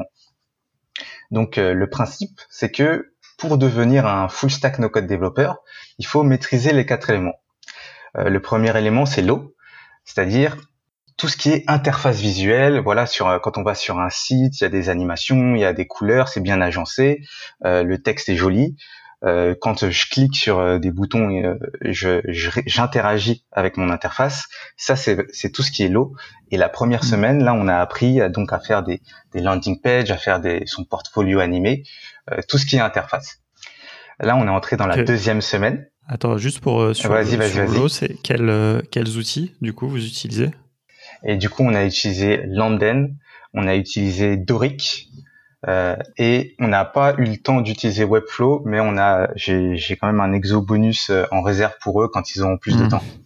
Donc, euh, le principe, c'est que pour devenir un full stack no-code développeur, il faut maîtriser les quatre éléments. Euh, le premier élément, c'est l'eau, c'est-à-dire tout ce qui est interface visuelle. Voilà, sur quand on va sur un site, il y a des animations, il y a des couleurs, c'est bien agencé, euh, le texte est joli. Euh, quand je clique sur euh, des boutons et euh, je, je, j'interagis avec mon interface, ça c'est, c'est tout ce qui est low. Et la première mmh. semaine, là, on a appris à, donc à faire des, des landing pages, à faire des, son portfolio animé, euh, tout ce qui est interface. Là, on est entré dans la okay. deuxième semaine. Attends, juste pour euh, sur, vas-y, vas-y, sur vas-y. low, c'est quel, euh, quels outils du coup vous utilisez? Et du coup, on a utilisé Lambden, on a utilisé Doric. Euh, et on n'a pas eu le temps d'utiliser Webflow, mais on a, j'ai, j'ai quand même un exo bonus en réserve pour eux quand ils auront plus mmh. de temps.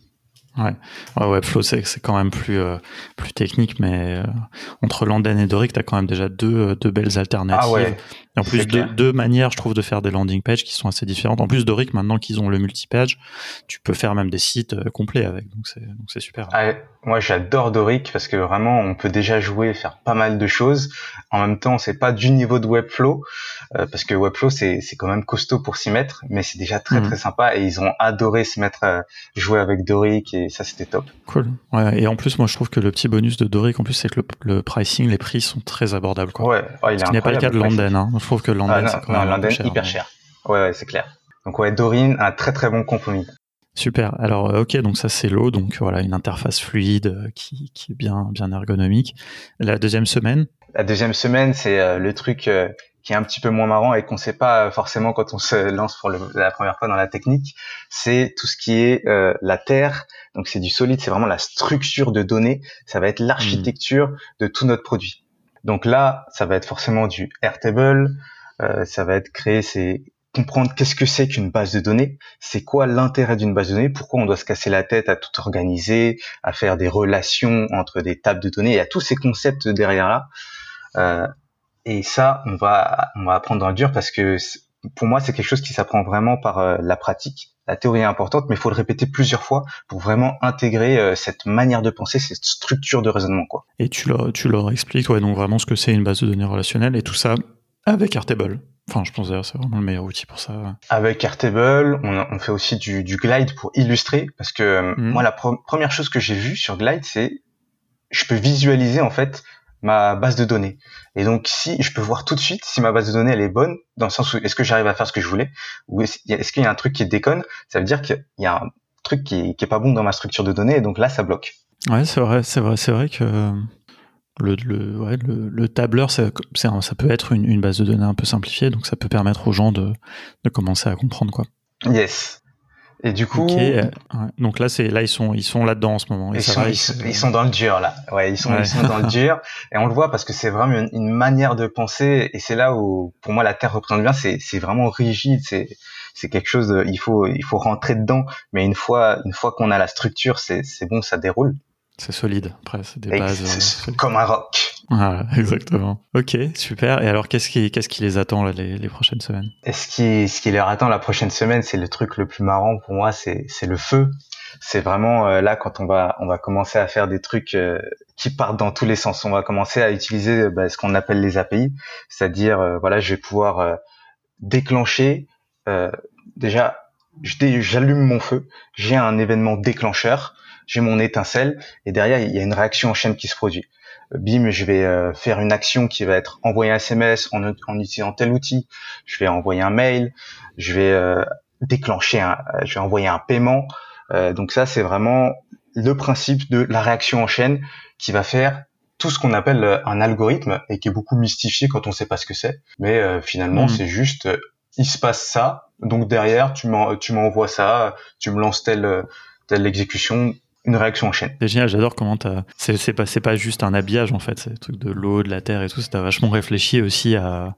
Ouais, ouais, Webflow, c'est, c'est quand même plus, euh, plus technique, mais euh, entre Landen et Doric, t'as quand même déjà deux, deux belles alternatives. Ah ouais, Et en plus, deux, deux manières, je trouve, de faire des landing pages qui sont assez différentes. En plus, Doric, maintenant qu'ils ont le multipage, tu peux faire même des sites euh, complets avec, donc c'est, donc c'est super. Ah, moi, j'adore Doric parce que vraiment, on peut déjà jouer, faire pas mal de choses. En même temps, c'est pas du niveau de Webflow, euh, parce que Webflow, c'est, c'est quand même costaud pour s'y mettre, mais c'est déjà très, mmh. très sympa et ils ont adoré se mettre à jouer avec Doric et ça, c'était top. Cool. Ouais, et en plus, moi, je trouve que le petit bonus de Doric, en plus, c'est que le, le pricing, les prix sont très abordables, quoi. Ouais, oh, il est Ce qui n'est pas le cas de Landen, hein. Je trouve que Landen, ah, non, c'est quand non, même Landen, cher, hyper mais... cher. Ouais, ouais, c'est clair. Donc, ouais, Dorin, un très, très bon compromis. Super. Alors, ok, donc ça, c'est l'eau. Donc, voilà, une interface fluide euh, qui, qui est bien, bien ergonomique. La deuxième semaine? La deuxième semaine, c'est euh, le truc euh, qui est un petit peu moins marrant et qu'on sait pas forcément quand on se lance pour le, la première fois dans la technique. C'est tout ce qui est euh, la terre. Donc, c'est du solide. C'est vraiment la structure de données. Ça va être l'architecture mmh. de tout notre produit. Donc là, ça va être forcément du Airtable. Euh, ça va être créer ces... comprendre qu'est-ce que c'est qu'une base de données, c'est quoi l'intérêt d'une base de données, pourquoi on doit se casser la tête à tout organiser, à faire des relations entre des tables de données, il y a tous ces concepts derrière là. Euh, et ça, on va on va apprendre dans le dur parce que pour moi, c'est quelque chose qui s'apprend vraiment par euh, la pratique. La théorie est importante, mais il faut le répéter plusieurs fois pour vraiment intégrer euh, cette manière de penser, cette structure de raisonnement, quoi. Et tu leur, tu leur expliques, ouais, donc vraiment ce que c'est une base de données relationnelle et tout ça avec Airtable. Enfin, je pense d'ailleurs c'est vraiment le meilleur outil pour ça. Avec Airtable, on, on fait aussi du, du Glide pour illustrer, parce que mmh. moi, la pro- première chose que j'ai vue sur Glide, c'est je peux visualiser en fait ma base de données. Et donc, si je peux voir tout de suite si ma base de données elle est bonne, dans le sens où est-ce que j'arrive à faire ce que je voulais, ou est-ce, est-ce qu'il y a un truc qui déconne, ça veut dire qu'il y a un truc qui, qui est pas bon dans ma structure de données, et donc là, ça bloque. Ouais, c'est vrai, c'est vrai, c'est vrai que Le, le, ouais, le, le tableur, c'est, c'est un, ça peut être une, une base de données un peu simplifiée, donc ça peut permettre aux gens de, de commencer à comprendre, quoi. Yes. Et du coup, okay, euh, ouais. donc là, c'est là ils sont ils sont là-dedans en ce moment. Et ils, ça sont, va, ils, sont, ils sont dans le dur là. Ouais, ils sont ouais. ils sont dans le dur et on le voit parce que c'est vraiment une, une manière de penser et c'est là où pour moi la Terre représente bien. C'est c'est vraiment rigide. C'est c'est quelque chose. De, il faut il faut rentrer dedans. Mais une fois une fois qu'on a la structure, c'est c'est bon, ça déroule. C'est solide, après, c'est des bases. C'est euh, comme un roc. Voilà, exactement. Ok, super. Et alors, qu'est-ce qui, qu'est-ce qui les attend là, les, les prochaines semaines? Et ce qui, ce qui leur attend la prochaine semaine, c'est le truc le plus marrant pour moi, c'est, c'est le feu. C'est vraiment euh, là quand on va, on va commencer à faire des trucs euh, qui partent dans tous les sens. On va commencer à utiliser bah, ce qu'on appelle les A P I, c'est-à-dire euh, voilà, je vais pouvoir euh, déclencher. Euh, déjà, je dé, j'allume mon feu, j'ai un événement déclencheur. J'ai mon étincelle et derrière il y a une réaction en chaîne qui se produit. Bim, je vais euh, faire une action qui va être envoyer un S M S en, en utilisant tel outil. Je vais envoyer un mail. Je vais euh, déclencher un, je vais envoyer un paiement. Euh, donc ça c'est vraiment le principe de la réaction en chaîne qui va faire tout ce qu'on appelle un algorithme et qui est beaucoup mystifié quand on sait pas ce que c'est. Mais euh, finalement mmh. c'est juste euh, il se passe ça. Donc derrière tu m'en, tu m'envoies ça, tu me lances telle telle exécution. Une réaction en chaîne. C'est génial, j'adore comment t'as. C'est, c'est pas, c'est pas juste un habillage en fait, c'est le truc de l'eau, de la terre et tout. T'as vachement réfléchi aussi à.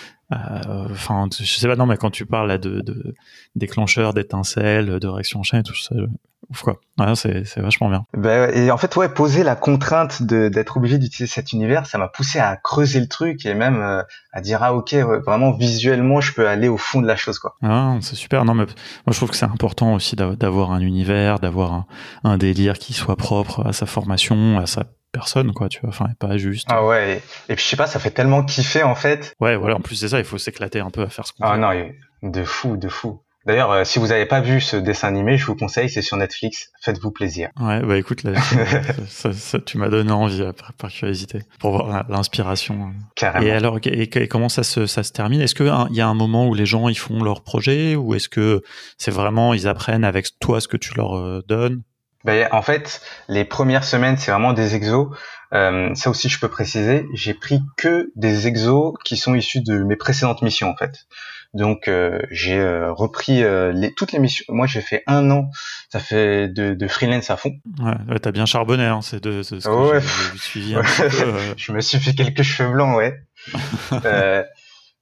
Enfin, je sais pas, non, mais quand tu parles là de, de déclencheur, d'étincelles, de réaction en chaîne, tout ça, ouf quoi. Ouais, c'est, c'est vachement bien. Ben, et en fait, ouais, poser la contrainte de, d'être obligé d'utiliser cet univers, ça m'a poussé à creuser le truc et même euh, à dire ah ok, ouais, vraiment visuellement, je peux aller au fond de la chose quoi. Ah, c'est super. Non, mais moi je trouve que c'est important aussi d'avoir un univers, d'avoir un, un délire qui soit propre à sa formation, à sa personne quoi, tu vois, enfin pas juste. Ah ouais, et, et puis je sais pas, ça fait tellement kiffer en fait. Ouais, voilà, en plus c'est ça, il faut s'éclater un peu à faire ce qu'on ah, fait. Ah non, de fou, de fou. D'ailleurs, euh, si vous avez pas vu ce dessin animé, je vous conseille, c'est sur Netflix, faites-vous plaisir. Ouais, bah écoute, là, ça, ça, ça, tu m'as donné envie par, par curiosité, pour voir l'inspiration. Carrément. Et alors, et, et comment ça se, ça se termine? Est-ce qu'il y a un moment où les gens ils font leur projet, ou est-ce que c'est vraiment, ils apprennent avec toi ce que tu leur euh, donnes? Ben, en fait, les premières semaines, c'est vraiment des exos. Euh, ça aussi, je peux préciser, j'ai pris que des exos qui sont issus de mes précédentes missions, en fait. Donc, euh, j'ai euh, repris euh, les, toutes les missions. Moi, j'ai fait un an, ça fait de, de freelance à fond. Ouais, ouais, t'as bien charbonné, hein, c'est de, c'est ce que ouais. j'ai, j'ai suivi un petit peu. Euh... Je me suis fait quelques cheveux blancs, ouais. euh,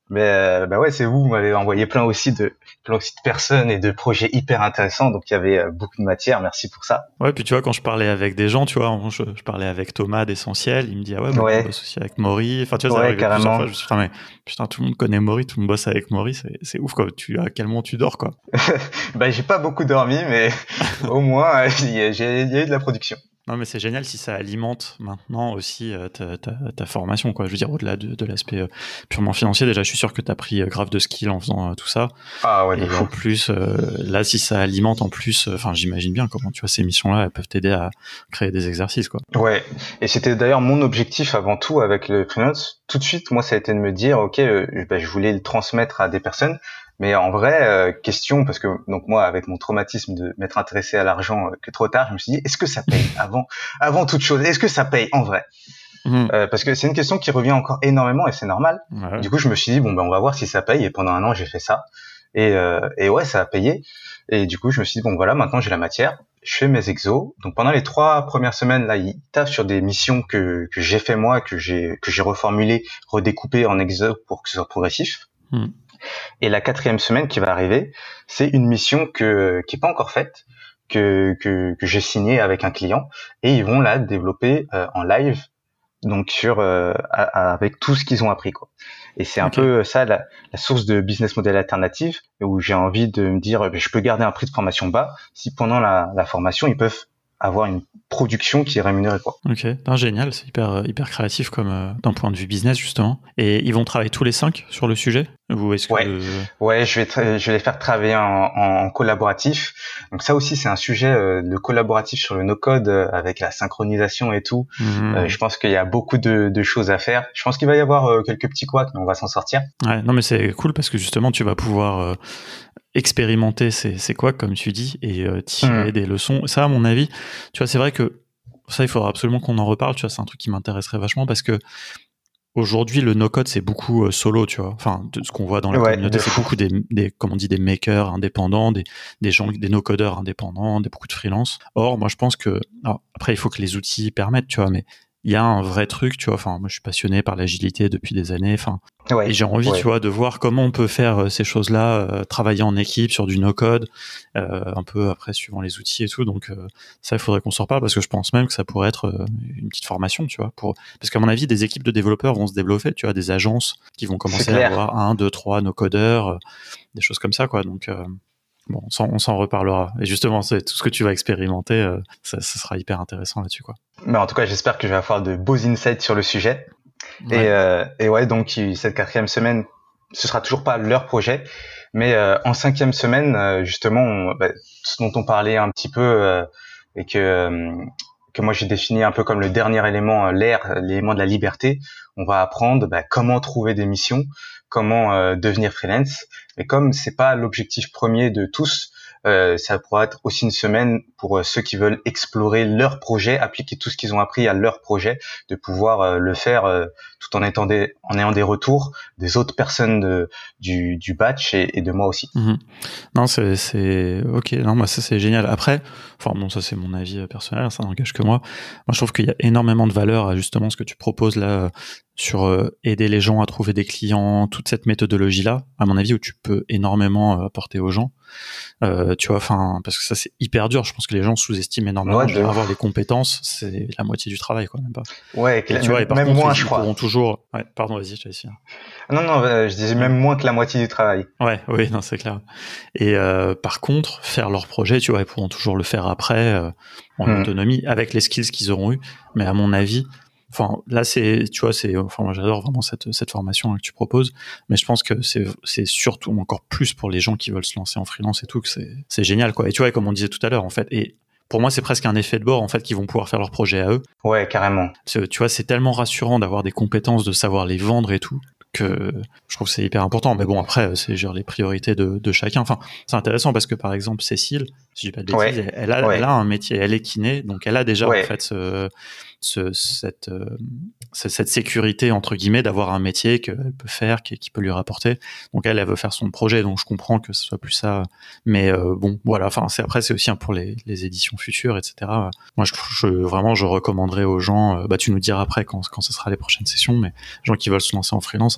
Mais euh, bah ouais, c'est vous, vous m'avez envoyé plein aussi de plein aussi de personnes et de projets hyper intéressants, donc il y avait euh, beaucoup de matière. Merci pour ça. Ouais, puis tu vois, quand je parlais avec des gens, tu vois, je, je parlais avec Thomas d'Essentiel, il me dit ah ouais, bah, on Ouais, bosse aussi avec Maury. Enfin, tu vois, ça ouais, arrivait plusieurs fois. carrément. Je me suis dit, putain, mais putain, tout le monde connaît Maury, tout le monde bosse avec Maury, c'est, c'est ouf quoi. Tu à quel moment tu dors quoi. Bah j'ai pas beaucoup dormi, mais au moins il y, a, j'ai, il y a eu de la production. Non, mais c'est génial si ça alimente maintenant aussi euh, ta, ta, ta formation, quoi. Je veux dire, au-delà de, de l'aspect euh, purement financier, déjà, je suis sûr que tu as pris euh, grave de skills en faisant euh, tout ça. Ah ouais, de Et fou. en plus, euh, là, si ça alimente en plus, enfin, euh, j'imagine bien comment, tu vois, ces missions-là, elles peuvent t'aider à créer des exercices, quoi. Ouais, et c'était d'ailleurs mon objectif avant tout avec le freelance. Tout de suite, moi, ça a été de me dire, ok, euh, bah, je voulais le transmettre à des personnes. Mais en vrai, euh, question, parce que donc moi, avec mon traumatisme de m'être intéressé à l'argent euh, que trop tard, je me suis dit, est-ce que ça paye avant, avant toute chose, est-ce que ça paye en vrai? Mmh. euh, Parce que c'est une question qui revient encore énormément et c'est normal. Ouais. Du coup, je me suis dit, bon, ben, on va voir si ça paye. Et pendant un an, j'ai fait ça. Et, euh, et ouais, ça a payé. Et du coup, je me suis dit, bon, voilà, maintenant j'ai la matière. Je fais mes exos. Donc pendant les trois premières semaines, là, ils taffent sur des missions que, que j'ai fait moi, que j'ai, que j'ai reformulé, redécoupé en exos pour que ce soit progressif. Mmh. Et la quatrième semaine qui va arriver, c'est une mission que qui est pas encore faite, que que, que j'ai signée avec un client, et ils vont la développer euh, en live, donc sur euh, à, avec tout ce qu'ils ont appris quoi. Et c'est un okay. peu ça la, la source de business model alternatif, où j'ai envie de me dire, je peux garder un prix de formation bas si pendant la, la formation ils peuvent avoir une production qui est rémunérée quoi. Ok, non, génial, c'est hyper hyper créatif comme euh, d'un point de vue business justement. Et ils vont travailler tous les cinq sur le sujet ou est-ce que ouais, le... ouais, je vais tra- je vais les faire travailler en, en collaboratif. Donc ça aussi c'est un sujet euh, de collaboratif sur le no-code euh, avec la synchronisation et tout. Mmh. Euh, je pense qu'il y a beaucoup de, de choses à faire. Je pense qu'il va y avoir euh, quelques petits couacs, mais on va s'en sortir. Ouais, non mais c'est cool parce que justement tu vas pouvoir euh, expérimenter ces, ces couacs comme tu dis et euh, tirer mmh. des leçons. Ça à mon avis, tu vois, c'est vrai que ça il faudra absolument qu'on en reparle. Tu vois, c'est un truc qui m'intéresserait vachement parce que aujourd'hui, le no-code, c'est beaucoup euh, solo, tu vois. Enfin, de ce qu'on voit dans la ouais, communauté, c'est beaucoup des, des, comme on dit, des makers indépendants, des, des gens, des no-codeurs indépendants, des beaucoup de freelance. Or, moi, je pense que, alors, après, il faut que les outils permettent, tu vois, mais il y a un vrai truc, tu vois. Enfin, moi, je suis passionné par l'agilité depuis des années. Enfin, ouais, et j'ai envie, ouais. tu vois, de voir comment on peut faire euh, ces choses-là, euh, travailler en équipe sur du no-code, euh, un peu après suivant les outils et tout. Donc, euh, ça, il faudrait qu'on s'en reparle parce que je pense même que ça pourrait être euh, une petite formation, tu vois, pour parce qu'à mon avis, des équipes de développeurs vont se développer, tu vois, des agences qui vont commencer à avoir un, deux, trois no-codeurs, euh, des choses comme ça, quoi. Donc euh, bon, on s'en, on s'en reparlera. Et justement, c'est tout ce que tu vas expérimenter, euh, ça, ça sera hyper intéressant là-dessus, quoi. Mais en tout cas, j'espère que je vais avoir de beaux insights sur le sujet. Ouais. Et, euh, et ouais, donc cette quatrième semaine, ce sera toujours pas leur projet, mais euh, en cinquième semaine, euh, justement, on, bah, ce dont on parlait un petit peu euh, et que euh, que moi j'ai défini un peu comme le dernier élément, l'air, l'élément de la liberté. On va apprendre bah, comment trouver des missions, comment euh, devenir freelance. Mais comme c'est pas l'objectif premier de tous, euh, ça pourra être aussi une semaine pour euh, ceux qui veulent explorer leur projet, appliquer tout ce qu'ils ont appris à leur projet, de pouvoir euh, le faire euh, tout en étant des, en ayant des retours des autres personnes de, du, du batch et, et de moi aussi. Mmh. Non, c'est, c'est ok. Non, moi ça c'est génial. Après, enfin bon, ça c'est mon avis personnel, ça n'engage que moi. Moi, je trouve qu'il y a énormément de valeur à justement ce que tu proposes là sur euh, aider les gens à trouver des clients, toute cette méthodologie-là, à mon avis, où tu peux énormément euh, apporter aux gens. Euh, tu vois, enfin, parce que ça c'est hyper dur. Je pense que les gens sous-estiment énormément. Ouais, de avoir les compétences, c'est la moitié du travail, quoi, même pas. Ouais, et, tu vois, et par même contre, moins, ils, je ils crois. pourront toujours. Ouais, pardon, vas-y, je te laisse. Non, non, euh, je disais même moins que la moitié du travail. Ouais, oui, non, c'est clair. Et euh, par contre, faire leur projet, tu vois, ils pourront toujours le faire après euh, en mmh. autonomie avec les skills qu'ils auront eu. Mais à mon avis. Enfin, là, c'est, tu vois, c'est, enfin, moi, j'adore vraiment cette, cette formation que tu proposes, mais je pense que c'est, c'est surtout encore plus pour les gens qui veulent se lancer en freelance et tout, que c'est, c'est génial, quoi. Et tu vois, comme on disait tout à l'heure, en fait, et pour moi, c'est presque un effet de bord, en fait, qu'ils vont pouvoir faire leur projet à eux. Ouais, carrément. Tu vois, c'est tellement rassurant d'avoir des compétences, de savoir les vendre et tout, que je trouve que c'est hyper important. Mais bon, après, c'est genre les priorités de, de chacun. Enfin, c'est intéressant parce que, par exemple, Cécile, si je dis pas de bêtises, ouais. elle, a, ouais. elle a un métier, elle est kiné, donc elle a déjà, ouais. en fait, ce, ce, cette, euh, cette sécurité, entre guillemets, d'avoir un métier qu'elle peut faire, qui, qui peut lui rapporter. Donc elle, elle veut faire son projet, donc je comprends que ce soit plus ça. Mais euh, bon, voilà, enfin, c'est, après, c'est aussi hein, pour les, les éditions futures, et cetera. Moi, je, je, vraiment, je recommanderais aux gens, euh, bah, tu nous diras après quand, quand ce sera les prochaines sessions, mais les gens qui veulent se lancer en freelance,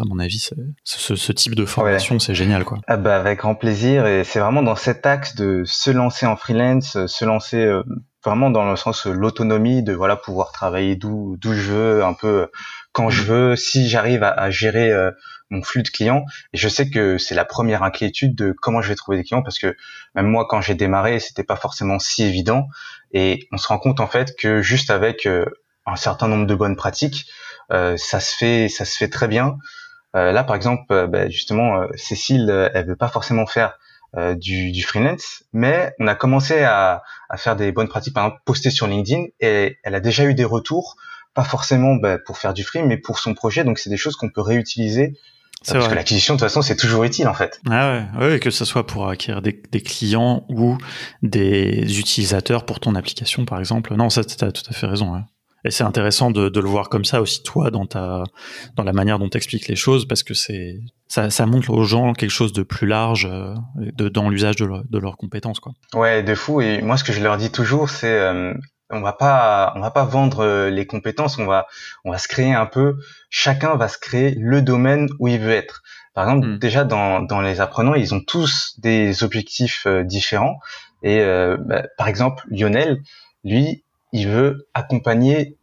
À mon avis, c'est, ce, ce type de formation, ouais. C'est génial, quoi. Ah bah avec grand plaisir. Et c'est vraiment dans cet axe de se lancer en freelance, se lancer euh, vraiment dans le sens euh, l'autonomie, de voilà pouvoir travailler d'où d'où je veux, un peu quand je veux, si j'arrive à, à gérer euh, mon flux de clients. Et je sais que c'est la première inquiétude de comment je vais trouver des clients, parce que même moi, quand j'ai démarré, c'était pas forcément si évident. Et on se rend compte en fait que juste avec euh, un certain nombre de bonnes pratiques, euh, ça se fait, ça se fait très bien. Euh, là, par exemple, euh, bah, justement, euh, Cécile, euh, elle veut pas forcément faire euh, du, du freelance, mais on a commencé à, à faire des bonnes pratiques, par exemple, poster sur LinkedIn, et elle a déjà eu des retours, pas forcément bah, pour faire du free, mais pour son projet. Donc, c'est des choses qu'on peut réutiliser. C'est parce vrai. Que l'acquisition, de toute façon, c'est toujours utile, en fait. Ah ouais, ouais, que ce soit pour acquérir des, des clients ou des utilisateurs pour ton application, par exemple. Non, ça, t'as tout à fait raison. Ouais. Et c'est intéressant de, de le voir comme ça aussi, toi, dans ta, dans la manière dont tu expliques les choses, parce que c'est, ça, ça montre aux gens quelque chose de plus large euh, de, dans l'usage de, leur, de leurs compétences, quoi. Ouais, de fou. Et moi, ce que je leur dis toujours, c'est, euh, on va pas, on va pas vendre les compétences, on va, on va se créer un peu. Chacun va se créer le domaine où il veut être. Par exemple, mmh. déjà dans, dans les apprenants, ils ont tous des objectifs euh, différents. Et euh, bah, par exemple, Lionel, lui, il veut accompagner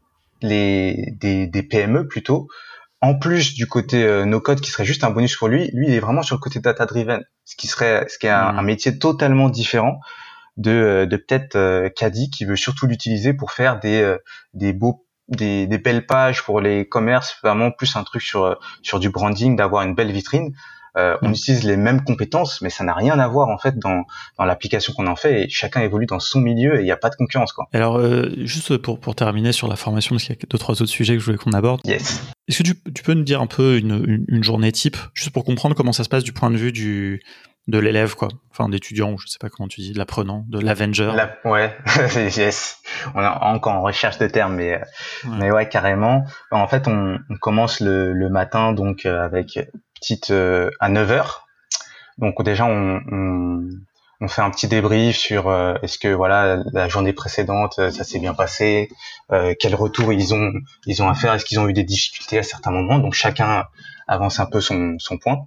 les des, des P M E plutôt. En plus du côté euh, no-code qui serait juste un bonus pour lui, lui il est vraiment sur le côté data-driven, ce qui serait, ce qui est un, mmh. un métier totalement différent de, de peut-être euh, Caddy qui veut surtout l'utiliser pour faire des euh, des beaux des, des belles pages pour les commerces, vraiment plus un truc sur sur du branding, d'avoir une belle vitrine. Euh, on mmh. utilise les mêmes compétences, mais ça n'a rien à voir en fait dans dans l'application qu'on en fait, et chacun évolue dans son milieu et il n'y a pas de concurrence, quoi. Alors euh, juste pour pour terminer sur la formation, parce qu'il y a deux trois autres sujets que je voulais qu'on aborde. Yes. Est-ce que tu, tu peux nous dire un peu une, une une journée type, juste pour comprendre comment ça se passe du point de vue du de l'élève, quoi, enfin d'étudiant, ou je sais pas comment tu dis, de l'apprenant, de l'avenger. La, ouais, yes. On est encore en recherche de termes, mais ouais. mais ouais, carrément. En fait, on, on commence le, le matin donc avec petite euh, à neuf heures. Donc déjà, on, on, on fait un petit débrief sur euh, est-ce que voilà la journée précédente ça s'est bien passé, euh, quel retour ils ont ils ont à faire, est-ce qu'ils ont eu des difficultés à certains moments. Donc chacun avance un peu son son point.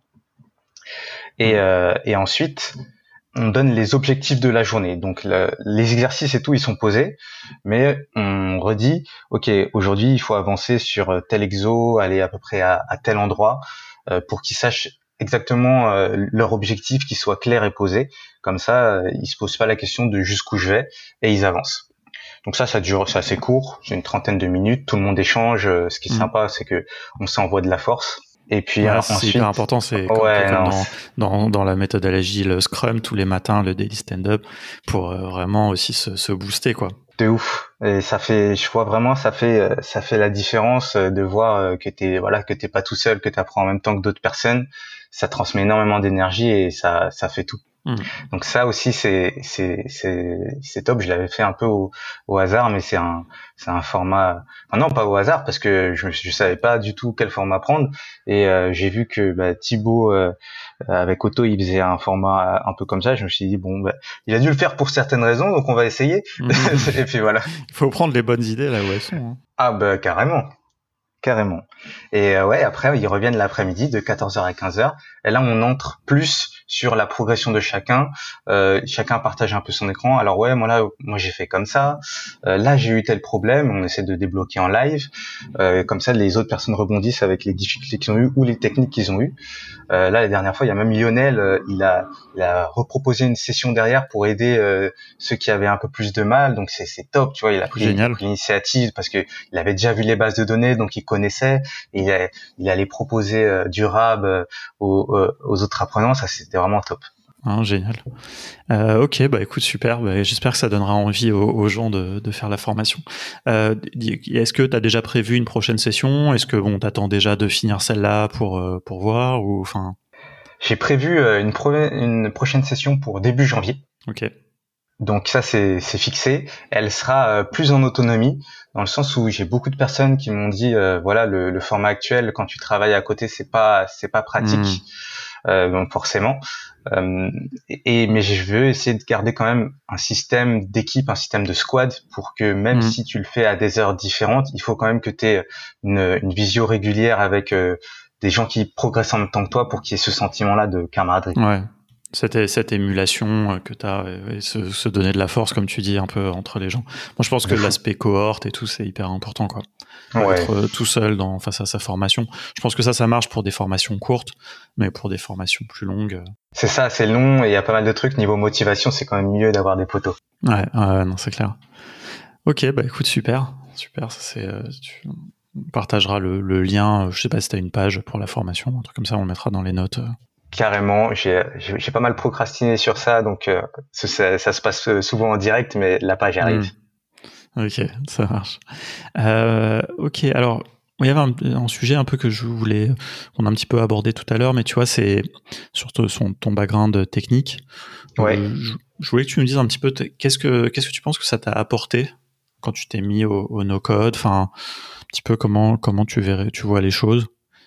Et, euh, et ensuite, on donne les objectifs de la journée. Donc, le, les exercices et tout, ils sont posés, mais on redit, OK, aujourd'hui, il faut avancer sur tel exo, aller à peu près à, à tel endroit, euh, pour qu'ils sachent exactement euh, leur objectif, qu'il soit clair et posé. Comme ça, euh, ils se posent pas la question de jusqu'où je vais, et ils avancent. Donc ça, ça dure, c'est assez court, c'est une trentaine de minutes, tout le monde échange. Ce qui est mmh. sympa, c'est que on s'envoie de la force. Et puis ouais, alors, c'est ensuite, hyper important, c'est comme, ouais, comme non, dans, dans dans la méthodologie le Scrum tous les matins, le daily stand-up, pour euh, vraiment aussi se, se booster, quoi. De ouf. Et ça fait, je vois vraiment, ça fait ça fait la différence de voir que t'es voilà que t'es pas tout seul, que t'apprends en même temps que d'autres personnes. Ça transmet énormément d'énergie et ça ça fait tout. Mmh. Donc ça aussi c'est c'est c'est c'est top. Je l'avais fait un peu au, au hasard, mais c'est un c'est un format. Enfin non, pas au hasard parce que je je savais pas du tout quel format prendre, et euh, j'ai vu que bah, Thibaut euh, avec Otto il faisait un format un peu comme ça. Je me suis dit bon bah il a dû le faire pour certaines raisons, donc on va essayer. Mmh. Et puis voilà. Il faut prendre les bonnes idées là où elles sont. Hein. Ah bah carrément. Carrément. Et euh, ouais, après, ils reviennent l'après-midi de quatorze heures à quinze heures. Et là, on entre plus sur la progression de chacun. Euh, chacun partage un peu son écran. Alors ouais, moi là, moi j'ai fait comme ça. Euh, là, j'ai eu tel problème. On essaie de débloquer en live. Euh, comme ça, les autres personnes rebondissent avec les difficultés qu'ils ont eues ou les techniques qu'ils ont eues. Euh, là, la dernière fois, il y a même Lionel. Euh, il a, il a reproposé une session derrière pour aider euh, ceux qui avaient un peu plus de mal. Donc c'est, c'est top, tu vois. Il a pris, il a pris l'initiative parce que il avait déjà vu les bases de données, donc il connaissait. Et il, a, il allait proposer euh, du R A B euh, aux, euh, aux autres apprenants. Ça, c'était vraiment top. Ah, génial. Euh, ok, bah écoute, super. Bah, j'espère que ça donnera envie aux, aux gens de, de faire la formation. Euh, est-ce que tu as déjà prévu une prochaine session ? Est-ce que bon, t'attends déjà de finir celle-là pour euh, pour voir ou enfin ? J'ai prévu euh, une, pro- une prochaine session pour début janvier. Ok. Donc ça, c'est, c'est fixé. Elle sera euh, plus en autonomie, dans le sens où j'ai beaucoup de personnes qui m'ont dit, euh, voilà, le, le format actuel, quand tu travailles à côté, c'est pas, c'est pas pratique, mmh. euh, donc forcément. Euh, et mais je veux essayer de garder quand même un système d'équipe, un système de squad, pour que même mmh. si tu le fais à des heures différentes, il faut quand même que tu aies une, une visio régulière avec euh, des gens qui progressent en même temps que toi pour qu'il y ait ce sentiment-là de camaraderie. Ouais. Cette, cette émulation que tu as, et se, se donner de la force, comme tu dis, un peu entre les gens. Moi, je pense que l'aspect cohorte et tout, c'est hyper important, quoi. Ouais. Être tout seul dans, face à sa formation. Je pense que ça, ça marche pour des formations courtes, mais pour des formations plus longues. C'est ça, c'est long et il y a pas mal de trucs. Niveau motivation, c'est quand même mieux d'avoir des potos. Ouais, euh, non, c'est clair. Ok, bah écoute, super. Super, ça c'est. Euh, tu partageras le, le lien. Je sais pas si tu as une page pour la formation, un truc comme ça, on le mettra dans les notes. Carrément, j'ai, j'ai, j'ai pas mal procrastiné sur ça, donc euh, ça, ça se passe souvent en direct, mais la page arrive. Mmh. Ok, ça marche. Euh, ok, alors il y avait un, un sujet un peu que je voulais, qu'on a un petit peu abordé tout à l'heure, mais tu vois, c'est surtout son, ton background technique. Ouais. Euh, je, je voulais que tu me dises un petit peu, qu'est-ce que qu'est-ce que tu penses que ça t'a apporté quand tu t'es mis au, au no-code, enfin un petit peu comment comment tu verrais, tu vois les choses.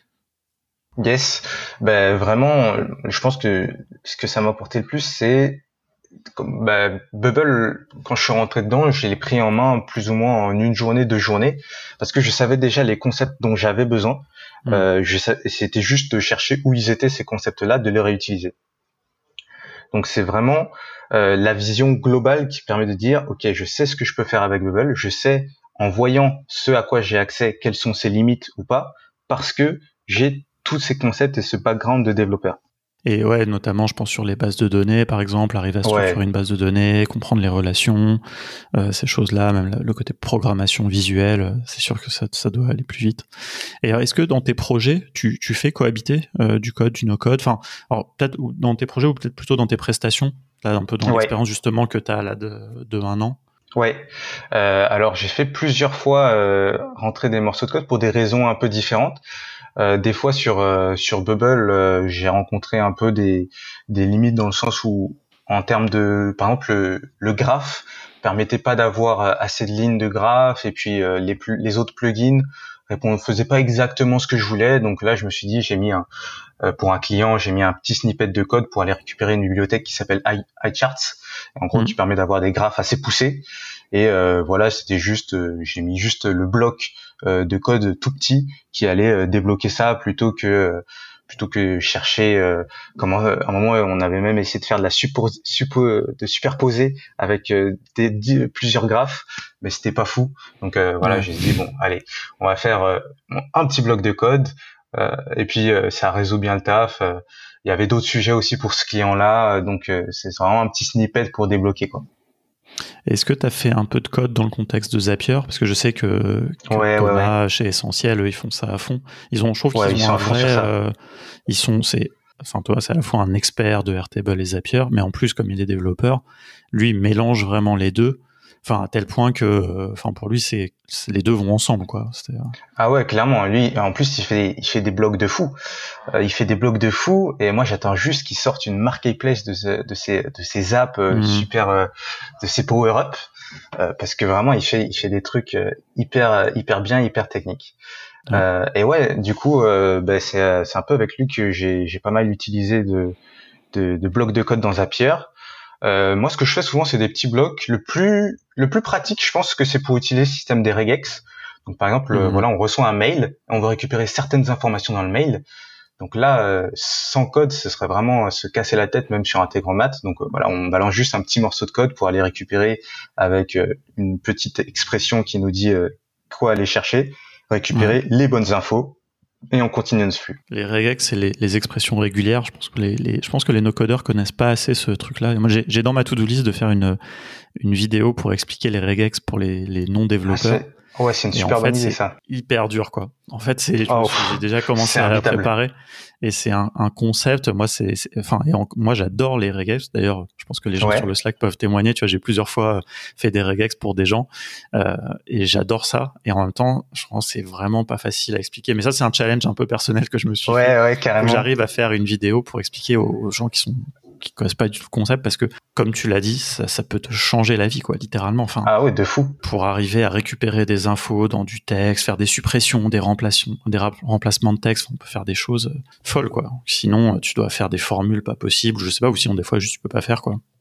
Yes, ben vraiment, je pense que ce que ça m'a apporté le plus, c'est ben, Bubble. Quand je suis rentré dedans, je l'ai pris en main plus ou moins en une journée, deux journées, parce que je savais déjà les concepts dont j'avais besoin. Mmh. Euh, je, c'était juste de chercher où ils étaient ces concepts-là, de les réutiliser. Donc c'est vraiment euh, la vision globale qui permet de dire, ok, je sais ce que je peux faire avec Bubble, je sais en voyant ce à quoi j'ai accès, quelles sont ses limites ou pas, parce que j'ai tous ces concepts et ce background de développeur. Et ouais, notamment, je pense sur les bases de données, par exemple, arriver à structurer ouais. une base de données, comprendre les relations, euh, ces choses-là, même le côté programmation visuelle, c'est sûr que ça, ça doit aller plus vite. Et alors, est-ce que dans tes projets, tu, tu fais cohabiter euh, du code, du no-code, enfin, alors peut-être dans tes projets ou peut-être plutôt dans tes prestations, là, un peu dans ouais. l'expérience justement que tu as là de, de un an. Ouais. Euh, alors, j'ai fait plusieurs fois euh, rentrer des morceaux de code pour des raisons un peu différentes. Euh, des fois sur euh, sur Bubble, euh, j'ai rencontré un peu des des limites dans le sens où, en termes de, par exemple, le, le graphe permettait pas d'avoir assez de lignes de graphe, et puis euh, les plus les autres plugins ne faisaient pas exactement ce que je voulais. Donc là, je me suis dit, j'ai mis un euh, pour un client, j'ai mis un petit snippet de code pour aller récupérer une bibliothèque qui s'appelle iCharts, en gros, mmh. qui permet d'avoir des graphes assez poussés. Et euh, voilà, c'était juste, euh, j'ai mis juste le bloc euh, de code tout petit qui allait euh, débloquer ça plutôt que euh, plutôt que chercher euh, comment. Euh, à un moment, on avait même essayé de faire de la suppo, suppo, de superposer avec euh, des, des, plusieurs graphes, mais c'était pas fou. Donc euh, voilà, ouais. j'ai dit bon, allez, on va faire euh, un petit bloc de code euh, et puis euh, ça résout bien le taf. Euh, il y avait d'autres sujets aussi pour ce client-là, donc euh, c'est vraiment un petit snippet pour débloquer quoi. Est-ce que tu as fait un peu de code dans le contexte de Zapier? Parce que je sais que, que ouais, Thomas, ouais, ouais. chez Essentiel, eux, ils font ça à fond. Ils ont, je trouve ouais, qu'ils ils ont sont un vrai, ça. Euh, ils sont, c'est, enfin, toi, c'est à la fois un expert de Airtable et Zapier, mais en plus, comme il est développeur, lui, il mélange vraiment les deux. Enfin, à tel point que, enfin, pour lui, c'est, c'est les deux vont ensemble, quoi. C'est... Ah ouais, clairement. Lui, en plus, il fait, il fait des blogs de fou. Euh, il fait des blogs de fou, et moi, j'attends juste qu'il sorte une marketplace de, ce, de ces, de ces apps euh, mmh. super, euh, de ces power-up, euh, parce que vraiment, il fait, il fait des trucs euh, hyper, hyper bien, hyper techniques. Mmh. Euh, et ouais, du coup, euh, bah, c'est, c'est un peu avec lui que j'ai, j'ai pas mal utilisé de, de, de blocs de code dans Zapier. Euh, moi, ce que je fais souvent, c'est des petits blocs. Le plus, le plus pratique, je pense que c'est pour utiliser le système des regex. Donc, par exemple, mmh. euh, voilà, on reçoit un mail, on veut récupérer certaines informations dans le mail. Donc là, euh, sans code, ce serait vraiment se casser la tête, même sur Integromat. Donc euh, voilà, on balance juste un petit morceau de code pour aller récupérer avec euh, une petite expression qui nous dit euh, quoi aller chercher, récupérer mmh. les bonnes infos. Et on continue notre flux. Les regex, c'est les, les expressions régulières. Je pense que les, les, je pense que les no-codeurs connaissent pas assez ce truc-là. Et moi, j'ai, j'ai dans ma to-do list de faire une, une vidéo pour expliquer les regex pour les, les non-développeurs. Ah, ouais, c'est une super bonne idée, ça. Hyper dur, quoi. En fait, c'est, je oh, me suis, j'ai déjà commencé à la préparer. Et c'est un, un concept. Moi, c'est, c'est enfin, et en, moi, j'adore les regex. D'ailleurs, je pense que les gens ouais. sur le Slack peuvent témoigner. Tu vois, j'ai plusieurs fois fait des regex pour des gens, euh, et j'adore ça. Et en même temps, je pense que c'est vraiment pas facile à expliquer. Mais ça, c'est un challenge un peu personnel que je me suis ouais, fait. Ouais, carrément. Où j'arrive à faire une vidéo pour expliquer aux, aux gens qui sont, qui connaissent pas du tout le concept, parce que, comme tu l'as dit, ça, ça peut te changer la vie, quoi, littéralement. Enfin, ah ouais, de fou. Pour arriver à récupérer des infos dans du texte, faire des suppressions, des remplacements, des ra- remplacements de texte, on peut faire des choses folles, quoi. Sinon, tu dois faire des formules pas possibles, je sais pas, ou sinon, des fois, juste, tu peux pas faire, quoi.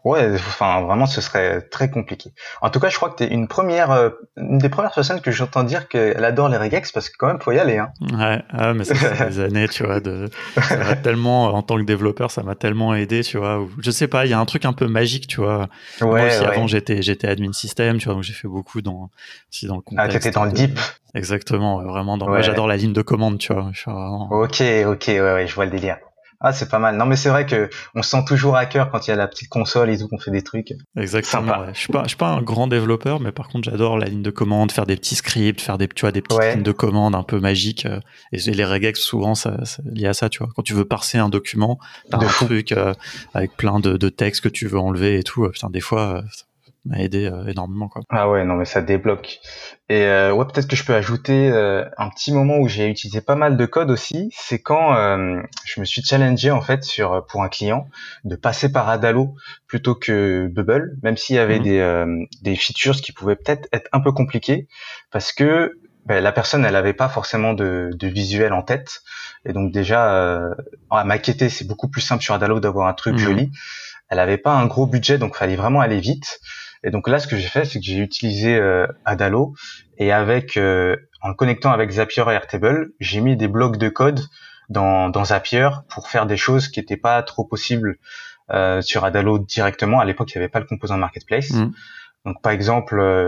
Ouais, enfin vraiment ce serait très compliqué. En tout cas, je crois que t'es une première, euh, une des premières personnes que j'entends dire qu'elle adore les regex parce que quand même faut y aller, hein. Ouais, ah, mais ça c'est des années, tu vois, de ça m'a tellement en tant que développeur, ça m'a tellement aidé, tu vois. Ou, je sais pas, il y a un truc un peu magique, tu vois. Moi Ouais, aussi avant ouais. j'étais j'étais admin système, tu vois, donc j'ai fait beaucoup dans aussi dans le Ah, t'étais contexte dans le de deep. exactement, ouais, vraiment dans moi Ouais. j'adore la ligne de commande, tu vois. Je suis vraiment Ok, ok, ouais, ouais, je vois le délire. Ah, c'est pas mal. Non, mais c'est vrai que on se sent toujours à cœur quand il y a la petite console et tout, qu'on fait des trucs. exactement, ouais. Sympa. Je suis pas je suis pas un grand développeur, mais par contre j'adore la ligne de commande, faire des petits scripts, faire des tu vois des petites lignes Ouais, de commande un peu magiques euh, et les regex souvent ça c'est lié à ça, tu vois. Quand tu veux parser un document, t'as de un fou. truc euh, avec plein de, de textes que tu veux enlever et tout, euh, putain des fois euh, ça m'a aidé euh, énormément quoi. Ah ouais, non, mais ça débloque. Et euh, ouais, peut-être que je peux ajouter euh, un petit moment où j'ai utilisé pas mal de code aussi, c'est quand euh, je me suis challengé en fait sur pour un client de passer par Adalo plutôt que Bubble, même s'il y avait Mhm. des euh, des features qui pouvaient peut-être être un peu compliquées parce que ben, la personne elle avait pas forcément de, de visuel en tête et donc déjà euh, à maqueter c'est beaucoup plus simple sur Adalo d'avoir un truc Mhm. joli. Elle avait pas un gros budget donc fallait vraiment aller vite. Et donc là, ce que j'ai fait, c'est que j'ai utilisé euh, Adalo et avec euh, en le connectant avec Zapier et Airtable, j'ai mis des blocs de code dans, dans Zapier pour faire des choses qui n'étaient pas trop possibles euh, sur Adalo directement. À l'époque, il n'y avait pas le composant marketplace. Mhm. Donc par exemple, euh,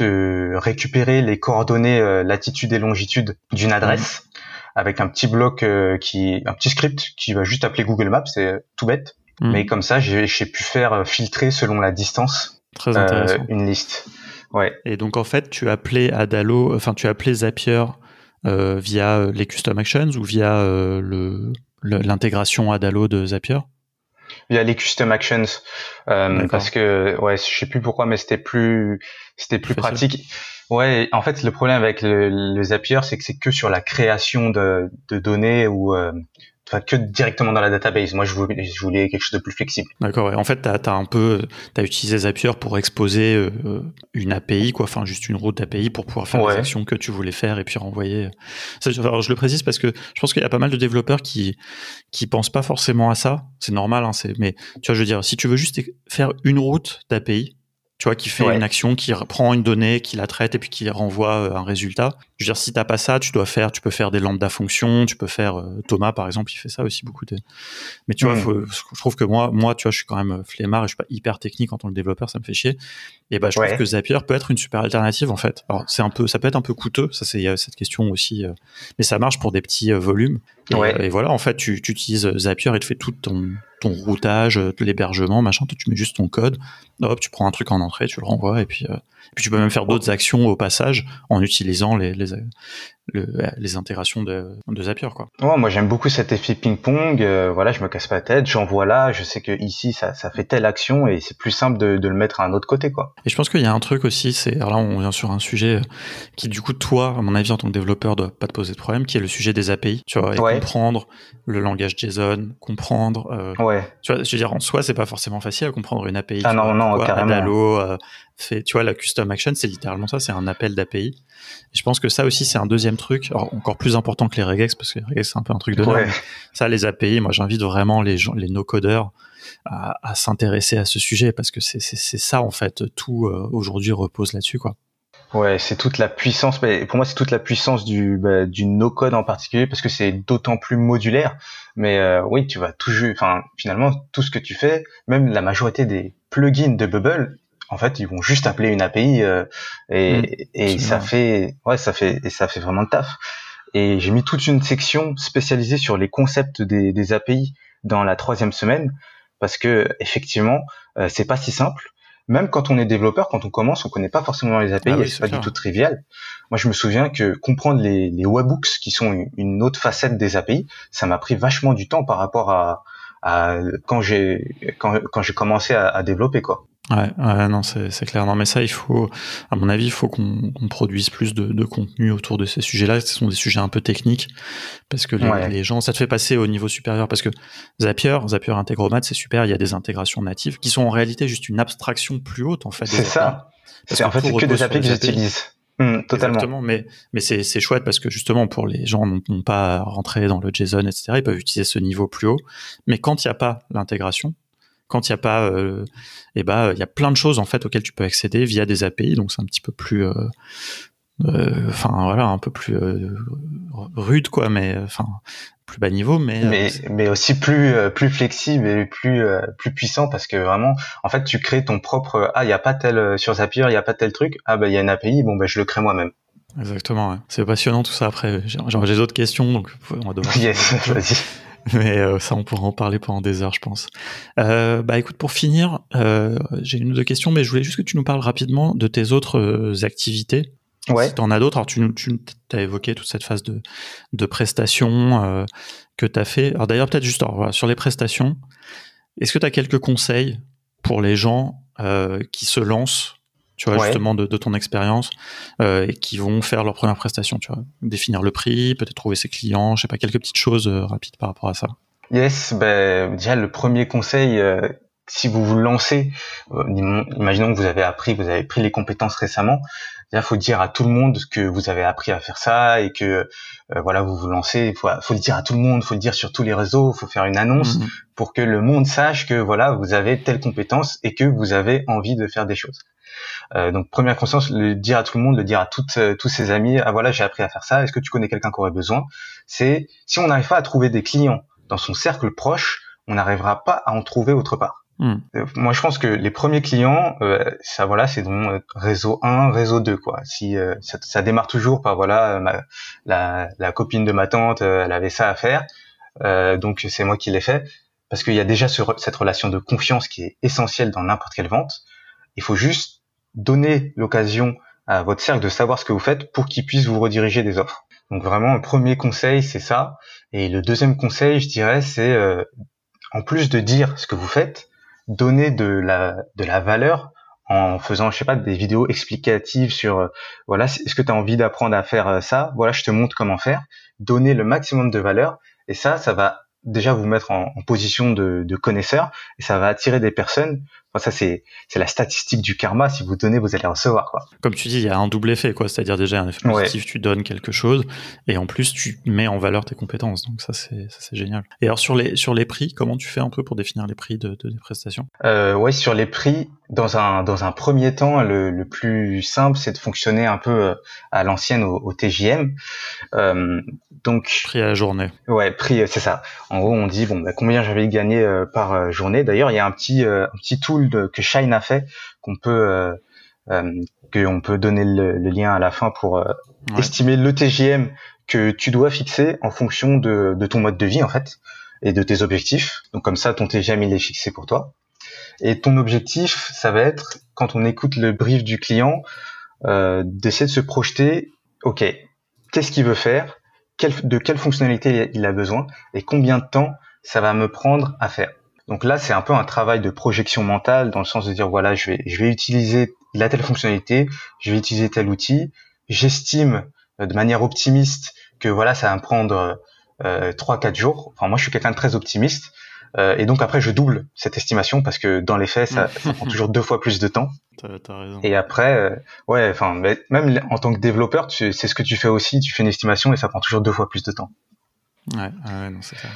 te récupérer les coordonnées euh, latitude et longitude d'une Mhm. adresse avec un petit bloc euh, qui, un petit script qui va juste appeler Google Maps, c'est tout bête. Mais Mhm. comme ça, j'ai, j'ai pu faire euh, filtrer selon la distance Très euh, intéressant. une liste. Ouais. Et donc en fait, tu appelais Adalo, enfin tu appelais Zapier euh, via euh, les custom actions ou via euh, le le- l'intégration Adalo de Zapier. Via les custom actions, euh, parce D'accord. que ouais, je sais plus pourquoi, mais c'était plus, c'était Plus plus facile. pratique. Ouais, en fait, le problème avec le, le Zapier, c'est que c'est que sur la création de, de données ou euh, enfin, que directement dans la database. Moi, je voulais, je voulais quelque chose de plus flexible. D'accord. Ouais. En fait, t'as as un peu, t'as utilisé Zapier pour exposer euh, une A P I, quoi. Enfin, juste une route d'A P I pour pouvoir faire les Ouais, actions que tu voulais faire et puis renvoyer. Ça, je- alors, je le précise parce que je pense qu'il y a pas mal de développeurs qui qui pensent pas forcément à ça. C'est normal, hein. C'est, mais tu vois, je veux dire, si tu veux juste faire une route d'A P I, tu vois, qui fait une ouais. action, qui prend une donnée, qui la traite et puis qui renvoie euh, un résultat. Je veux dire, si t'as pas ça, tu dois faire, tu peux faire des lambda fonctions, tu peux faire euh, Thomas par exemple, il fait ça aussi beaucoup. De... Mais tu vois, Hmm. faut, je trouve que moi, moi, tu vois, je suis quand même flemmard et je suis pas hyper technique en tant que développeur, ça me fait chier. Et ben, je trouve que Ouais, Zapier peut être une super alternative en fait. Alors, c'est un peu, ça peut être un peu coûteux, ça c'est il y a cette question aussi, euh, mais ça marche pour des petits euh, volumes. Et, euh, et ouais. voilà, en fait, tu, tu utilises Zapier et te fait tout ton ton routage, euh, l'hébergement, machin. Toi, tu mets juste ton code. Hop, tu prends un truc en entrée, tu le renvoies et puis, euh, et puis tu peux même faire d'autres actions au passage en utilisant les les, le, les intégrations de, de Zapier, quoi. Ouais, moi j'aime beaucoup cet effet ping-pong. Euh, voilà, je me casse pas la tête, j'envoie là, je sais que ici ça, ça fait telle action et c'est plus simple de, de le mettre à un autre côté, quoi. Et je pense qu'il y a un truc aussi, c'est, alors là on vient sur un sujet qui du coup toi, à mon avis en tant que développeur, doit pas te poser de problème, qui est le sujet des A P I, tu vois, et Ouais, comprendre le langage JSON, comprendre, euh, ouais. tu vois, je veux dire en soi c'est pas forcément facile à comprendre une A P I, Ah tu non, vois, non, pourquoi carrément. Adalo euh, fait, tu vois, la custom action, c'est littéralement ça, c'est un appel d'A P I. Et je pense que ça aussi c'est un deuxième truc, alors encore plus important que les regex parce que les regex c'est un peu un truc de nerd, Ouais. mais ça les A P I, moi j'invite vraiment les gens, les no-codeurs à, à s'intéresser à ce sujet parce que c'est c'est c'est ça en fait, tout euh, aujourd'hui repose là-dessus quoi. Ouais, c'est toute la puissance, mais pour moi c'est toute la puissance du, bah, du no-code en particulier parce que c'est d'autant plus modulaire. Mais euh, oui, tu vas toujours, enfin finalement tout ce que tu fais, même la majorité des plugins de Bubble, en fait ils vont juste appeler une A P I euh, Mm, et, et ça absolument. fait, ouais ça fait, et ça fait vraiment le taf. Et j'ai mis toute une section spécialisée sur les concepts des, des A P I dans la troisième semaine parce que effectivement euh, c'est pas si simple. Même quand on est développeur, quand on commence, on connaît pas forcément les Ah A P I et oui, c'est c'est pas du tout clair. trivial. Moi, je me souviens que comprendre les, les webhooks, qui sont une, une autre facette des A P I, ça m'a pris vachement du temps par rapport à, à quand j'ai quand, quand j'ai commencé à, à développer quoi. Ouais, ouais, non, c'est c'est clair. Non, mais ça, il faut, à mon avis, il faut qu'on qu'on produise plus de, de contenu autour de ces sujets-là. Ce sont des sujets un peu techniques parce que les, Ouais, les gens, ça te fait passer au niveau supérieur parce que Zapier, Zapier Integromat, c'est super. Il y a des intégrations natives qui sont en réalité juste une abstraction plus haute en fait c'est des A P I ça. parce C'est que en fait tout c'est que repose des sur A P I que les A P I. j'utilise. Hmm, totalement. Exactement, mais mais c'est c'est chouette parce que justement pour les gens n'ont n'ont pas rentré dans le JSON, et cetera. Ils peuvent utiliser ce niveau plus haut. Mais quand il n'y a pas l'intégration, quand il y a pas, euh, et bah il y a plein de choses en fait auxquelles tu peux accéder via des A P I, donc c'est un petit peu plus, enfin euh, euh, voilà, un peu plus euh, rude quoi, mais enfin plus bas niveau, mais mais euh, mais aussi plus euh, plus flexible et plus euh, plus puissant, parce que vraiment en fait tu crées ton propre, ah il y a pas tel sur Zapier, il y a pas tel truc, ah bah il y a une A P I, bon bah je le crée moi-même. Exactement, ouais. C'est passionnant tout ça. Après, j'ai, j'ai d'autres questions, donc on va devoir. Yes, vas-y. Mais euh, ça, on pourra en parler pendant des heures, je pense. Euh, bah écoute, pour finir, euh, j'ai une ou deux questions, mais je voulais juste que tu nous parles rapidement de tes autres euh, activités. Ouais. Si t'en as d'autres, alors tu, tu as évoqué toute cette phase de, de prestations euh, que t'as fait. Alors d'ailleurs, peut-être juste alors, voilà, sur les prestations, est-ce que t'as quelques conseils pour les gens euh, qui se lancent, tu vois, ouais. justement de, de ton expérience, euh, et qui vont faire leur première prestation, tu vois, définir le prix, peut-être trouver ses clients, je sais pas, quelques petites choses euh, rapides par rapport à ça. Yes, ben déjà le premier conseil, euh, si vous vous lancez, euh, imaginons que vous avez appris, vous avez pris les compétences récemment, il faut dire à tout le monde que vous avez appris à faire ça et que euh, voilà, vous vous lancez. Il faut, faut le dire à tout le monde, faut le dire sur tous les réseaux, faut faire une annonce mmh. pour que le monde sache que voilà, vous avez telle compétence et que vous avez envie de faire des choses. Euh, donc première conscience, le dire à tout le monde, le dire à toutes, euh, tous ses amis, ah voilà, j'ai appris à faire ça, est-ce que tu connais quelqu'un qui aurait besoin? C'est si on n'arrive pas à trouver des clients dans son cercle proche, on n'arrivera pas à en trouver autre part. Mmh. Euh, moi, je pense que les premiers clients, euh, ça voilà, c'est dans réseau un, réseau deux, quoi. Si euh, ça, ça démarre toujours par voilà, ma, la, la copine de ma tante, euh, elle avait ça à faire, euh, donc c'est moi qui l'ai fait, parce qu'il y a déjà ce, cette relation de confiance qui est essentielle dans n'importe quelle vente. Il faut juste donner l'occasion à votre cercle de savoir ce que vous faites pour qu'il puisse vous rediriger des offres. Donc vraiment, le premier conseil, c'est ça. Et le deuxième conseil, je dirais, c'est euh, en plus de dire ce que vous faites, donner de la de la valeur en faisant, je sais pas, des vidéos explicatives sur euh, voilà, est-ce que tu as envie d'apprendre à faire euh, ça? Voilà, je te montre comment faire. Donner le maximum de valeur, et ça, ça va déjà vous mettre en, en position de, de connaisseur, et ça va attirer des personnes. Enfin, ça c'est c'est la statistique du karma. Si vous donnez, vous allez recevoir, quoi. Comme tu dis, il y a un double effet, quoi. C'est-à-dire déjà un effet positif, ouais. Tu donnes quelque chose, et en plus tu mets en valeur tes compétences. Donc ça c'est ça c'est génial. Et alors sur les sur les prix, comment tu fais un peu pour définir les prix de, de des prestations? Euh, ouais, sur les prix, dans un dans un premier temps, le, le plus simple, c'est de fonctionner un peu à l'ancienne au, au T J M. Euh, donc prix à la journée. Ouais, prix, c'est ça. En gros, on dit bon, bah, combien j'avais gagné euh, par journée. D'ailleurs, il y a un petit euh, un petit tool de, que Shine a fait, qu'on peut euh, euh, qu'on peut donner le, le lien à la fin pour euh, ouais. estimer le T J M que tu dois fixer en fonction de, de ton mode de vie en fait et de tes objectifs. Donc comme ça, ton T J M il est fixé pour toi. Et ton objectif, ça va être, quand on écoute le brief du client, euh, d'essayer de se projeter. Ok, qu'est-ce qu'il veut faire? Quelle, de quelle fonctionnalité il a besoin et combien de temps ça va me prendre à faire. Donc là, c'est un peu un travail de projection mentale dans le sens de dire voilà, je vais je vais utiliser la telle fonctionnalité, je vais utiliser tel outil, j'estime de manière optimiste que voilà, ça va me prendre euh, trois quatre jours. Enfin moi, je suis quelqu'un de très optimiste euh, et donc après je double cette estimation parce que dans les faits, ça, ça prend toujours deux fois plus de temps. T'as, t'as raison. Et après, euh, ouais, enfin, même en tant que développeur, tu, c'est ce que tu fais aussi. Tu fais une estimation et ça prend toujours deux fois plus de temps. Ouais, ouais, non, c'est ça.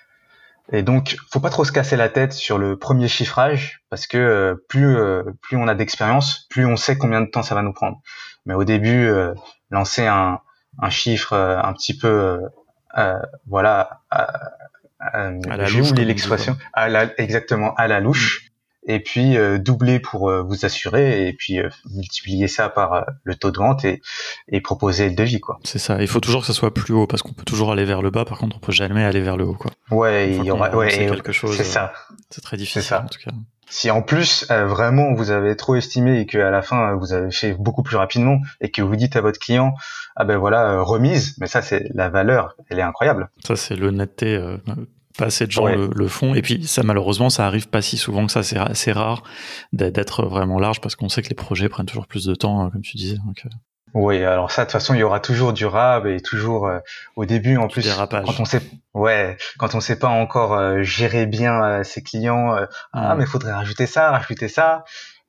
Et donc, faut pas trop se casser la tête sur le premier chiffrage parce que euh, plus euh, plus on a d'expérience, plus on sait combien de temps ça va nous prendre. Mais au début, euh, lancer un un chiffre euh, un petit peu, euh, euh, voilà, euh, euh, à la louche, l'expression, à la, exactement à la louche. Mmh. Et puis euh, doubler pour euh, vous assurer et puis euh, multiplier ça par euh, le taux de vente et, et proposer le devis, quoi. C'est ça, il faut toujours que ça soit plus haut parce qu'on peut toujours aller vers le bas, par contre on peut jamais aller vers le haut, quoi. Ouais, il y aura ouais, et quelque chose, c'est ça. C'est très difficile, c'est ça. En tout cas. Si en plus euh, vraiment vous avez trop estimé et qu'à la fin vous avez fait beaucoup plus rapidement et que vous dites à votre client ah ben voilà euh, remise, mais ça c'est la valeur, elle est incroyable. Ça c'est l'honnêteté. Euh... Pas assez de gens ouais. le, le font, et puis ça malheureusement ça arrive pas si souvent que ça. C'est assez rare d'être vraiment large parce qu'on sait que les projets prennent toujours plus de temps, comme tu disais. Donc, euh... Oui, alors ça de toute façon il y aura toujours du rab et toujours euh, au début en plus dérapage. Quand on sait, ouais, quand on sait pas encore euh, gérer bien euh, ses clients, euh, ah mais faudrait rajouter ça, rajouter ça.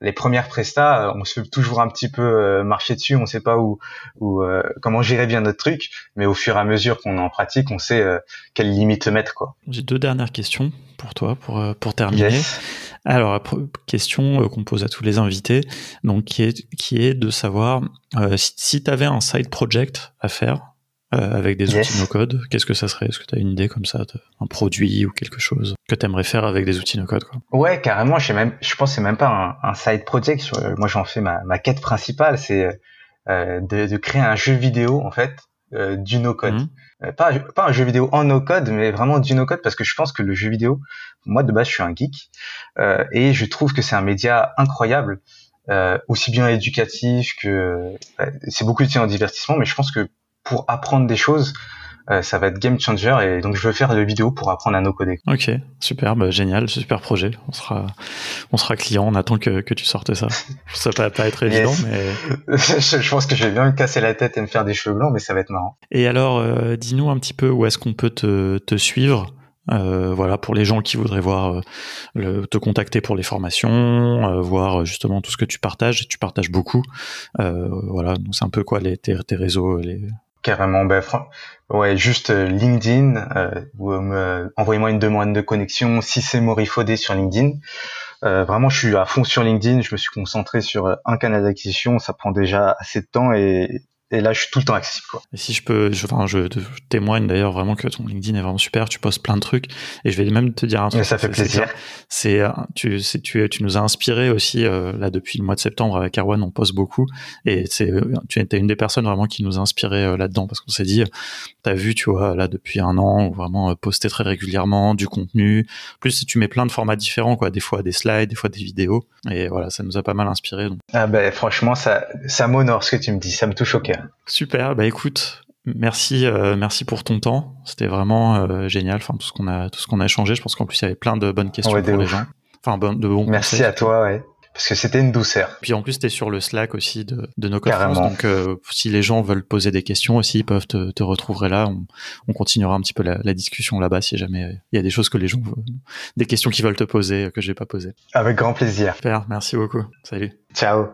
les premières prestats, on se fait toujours un petit peu euh, marcher dessus, on sait pas où, où euh, comment gérer bien notre truc, mais au fur et à mesure qu'on est en pratique, on sait euh, quelles limites mettre, quoi. J'ai deux dernières questions pour toi, pour pour terminer. Yes. Alors, question euh, qu'on pose à tous les invités, donc qui est qui est de savoir euh, si, si tu avais un side project à faire euh, avec des Yes. outils no-code, qu'est-ce que ça serait? Est-ce que tu as une idée comme ça, de, un produit ou quelque chose que tu aimerais faire avec des outils no-code, quoi? Ouais, carrément. Je sais même, je pense que c'est même pas un, un side project. Moi, j'en fais ma, ma quête principale, c'est euh, de, de créer un jeu vidéo en fait euh, du no-code. Mmh. Euh, pas pas un jeu vidéo en no-code, mais vraiment du no-code, parce que je pense que le jeu vidéo, moi de base, je suis un geek euh, et je trouve que c'est un média incroyable, euh, aussi bien éducatif que euh, c'est beaucoup utilisé en divertissement, mais je pense que pour apprendre des choses, euh, ça va être game changer, et donc je veux faire des vidéos pour apprendre à no coder. Ok, super, bah, génial, super projet. On sera, on sera client, on attend que, que tu sortes ça. Ça va pas être évident, Yes. mais je, je pense que je vais bien me casser la tête et me faire des cheveux blancs, mais ça va être marrant. Et alors, euh, dis-nous un petit peu où est-ce qu'on peut te, te suivre, euh, voilà, pour les gens qui voudraient voir, euh, le, te contacter pour les formations, euh, voir justement tout ce que tu partages. Tu partages beaucoup, euh, voilà. Donc c'est un peu quoi les tes, tes réseaux, les. Carrément, ben, fran- ouais, juste euh, LinkedIn, euh, ou, euh, envoyez-moi une demande de connexion si c'est Morifodé sur LinkedIn. Euh, vraiment, je suis à fond sur LinkedIn, je me suis concentré sur un canal d'acquisition, ça prend déjà assez de temps, et, et là, je suis tout le temps accessible, quoi. Et si je peux, je, enfin, je, je témoigne d'ailleurs vraiment que ton LinkedIn est vraiment super, tu postes plein de trucs, et je vais même te dire un truc. Mais ça fait plaisir. C'est, c'est, tu, c'est, tu, tu nous as inspiré aussi, euh, là, depuis le mois de septembre avec Erwan, on poste beaucoup, et c'est, tu étais une des personnes vraiment qui nous a inspiré euh, là-dedans, parce qu'on s'est dit, t'as vu, tu vois, là, depuis un an, vraiment euh, poster très régulièrement, du contenu, plus tu mets plein de formats différents, quoi, des fois des slides, des fois des vidéos, et voilà, ça nous a pas mal inspiré. Donc. Ah ben, franchement, ça, ça m'honore ce que tu me dis, ça me touche au cœur. Super, bah écoute, merci, euh, merci pour ton temps. C'était vraiment euh, génial. Enfin, tout ce qu'on a, tout ce qu'on a échangé. Je pense qu'en plus il y avait plein de bonnes questions Ouais, pour de les ouf. gens. Enfin, bon, de bons Merci conseils. à toi, ouais. Parce que c'était une douceur. Puis en plus, t'es sur le Slack aussi de, de No Code Carrément. France. Donc, euh, si les gens veulent poser des questions aussi, ils peuvent te, te retrouver là. On, on continuera un petit peu la, la discussion là-bas si jamais il y a des choses que les gens veulent, des questions qu'ils veulent te poser que j'ai pas posées. Avec grand plaisir. Super, merci beaucoup. Salut. Ciao.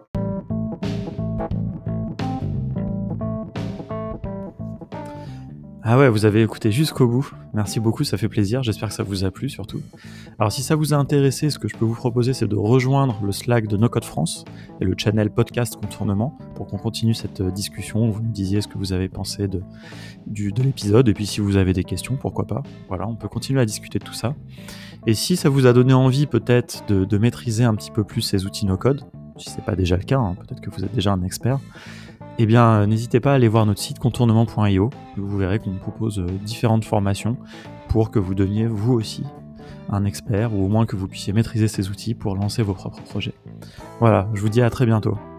Ah ouais, vous avez écouté jusqu'au bout. Merci beaucoup, ça fait plaisir. J'espère que ça vous a plu surtout. Alors si ça vous a intéressé, ce que je peux vous proposer, c'est de rejoindre le Slack de No Code France et le channel podcast Contournement pour qu'on continue cette discussion. Vous me disiez ce que vous avez pensé de, du, de l'épisode, et puis si vous avez des questions, pourquoi pas. Voilà, on peut continuer à discuter de tout ça. Et si ça vous a donné envie peut-être de, de maîtriser un petit peu plus ces outils No Code, si c'est pas déjà le cas, hein, peut-être que vous êtes déjà un expert, eh bien, n'hésitez pas à aller voir notre site contournement point io. Vous verrez qu'on propose différentes formations pour que vous deveniez vous aussi un expert, ou au moins que vous puissiez maîtriser ces outils pour lancer vos propres projets. Voilà, je vous dis à très bientôt.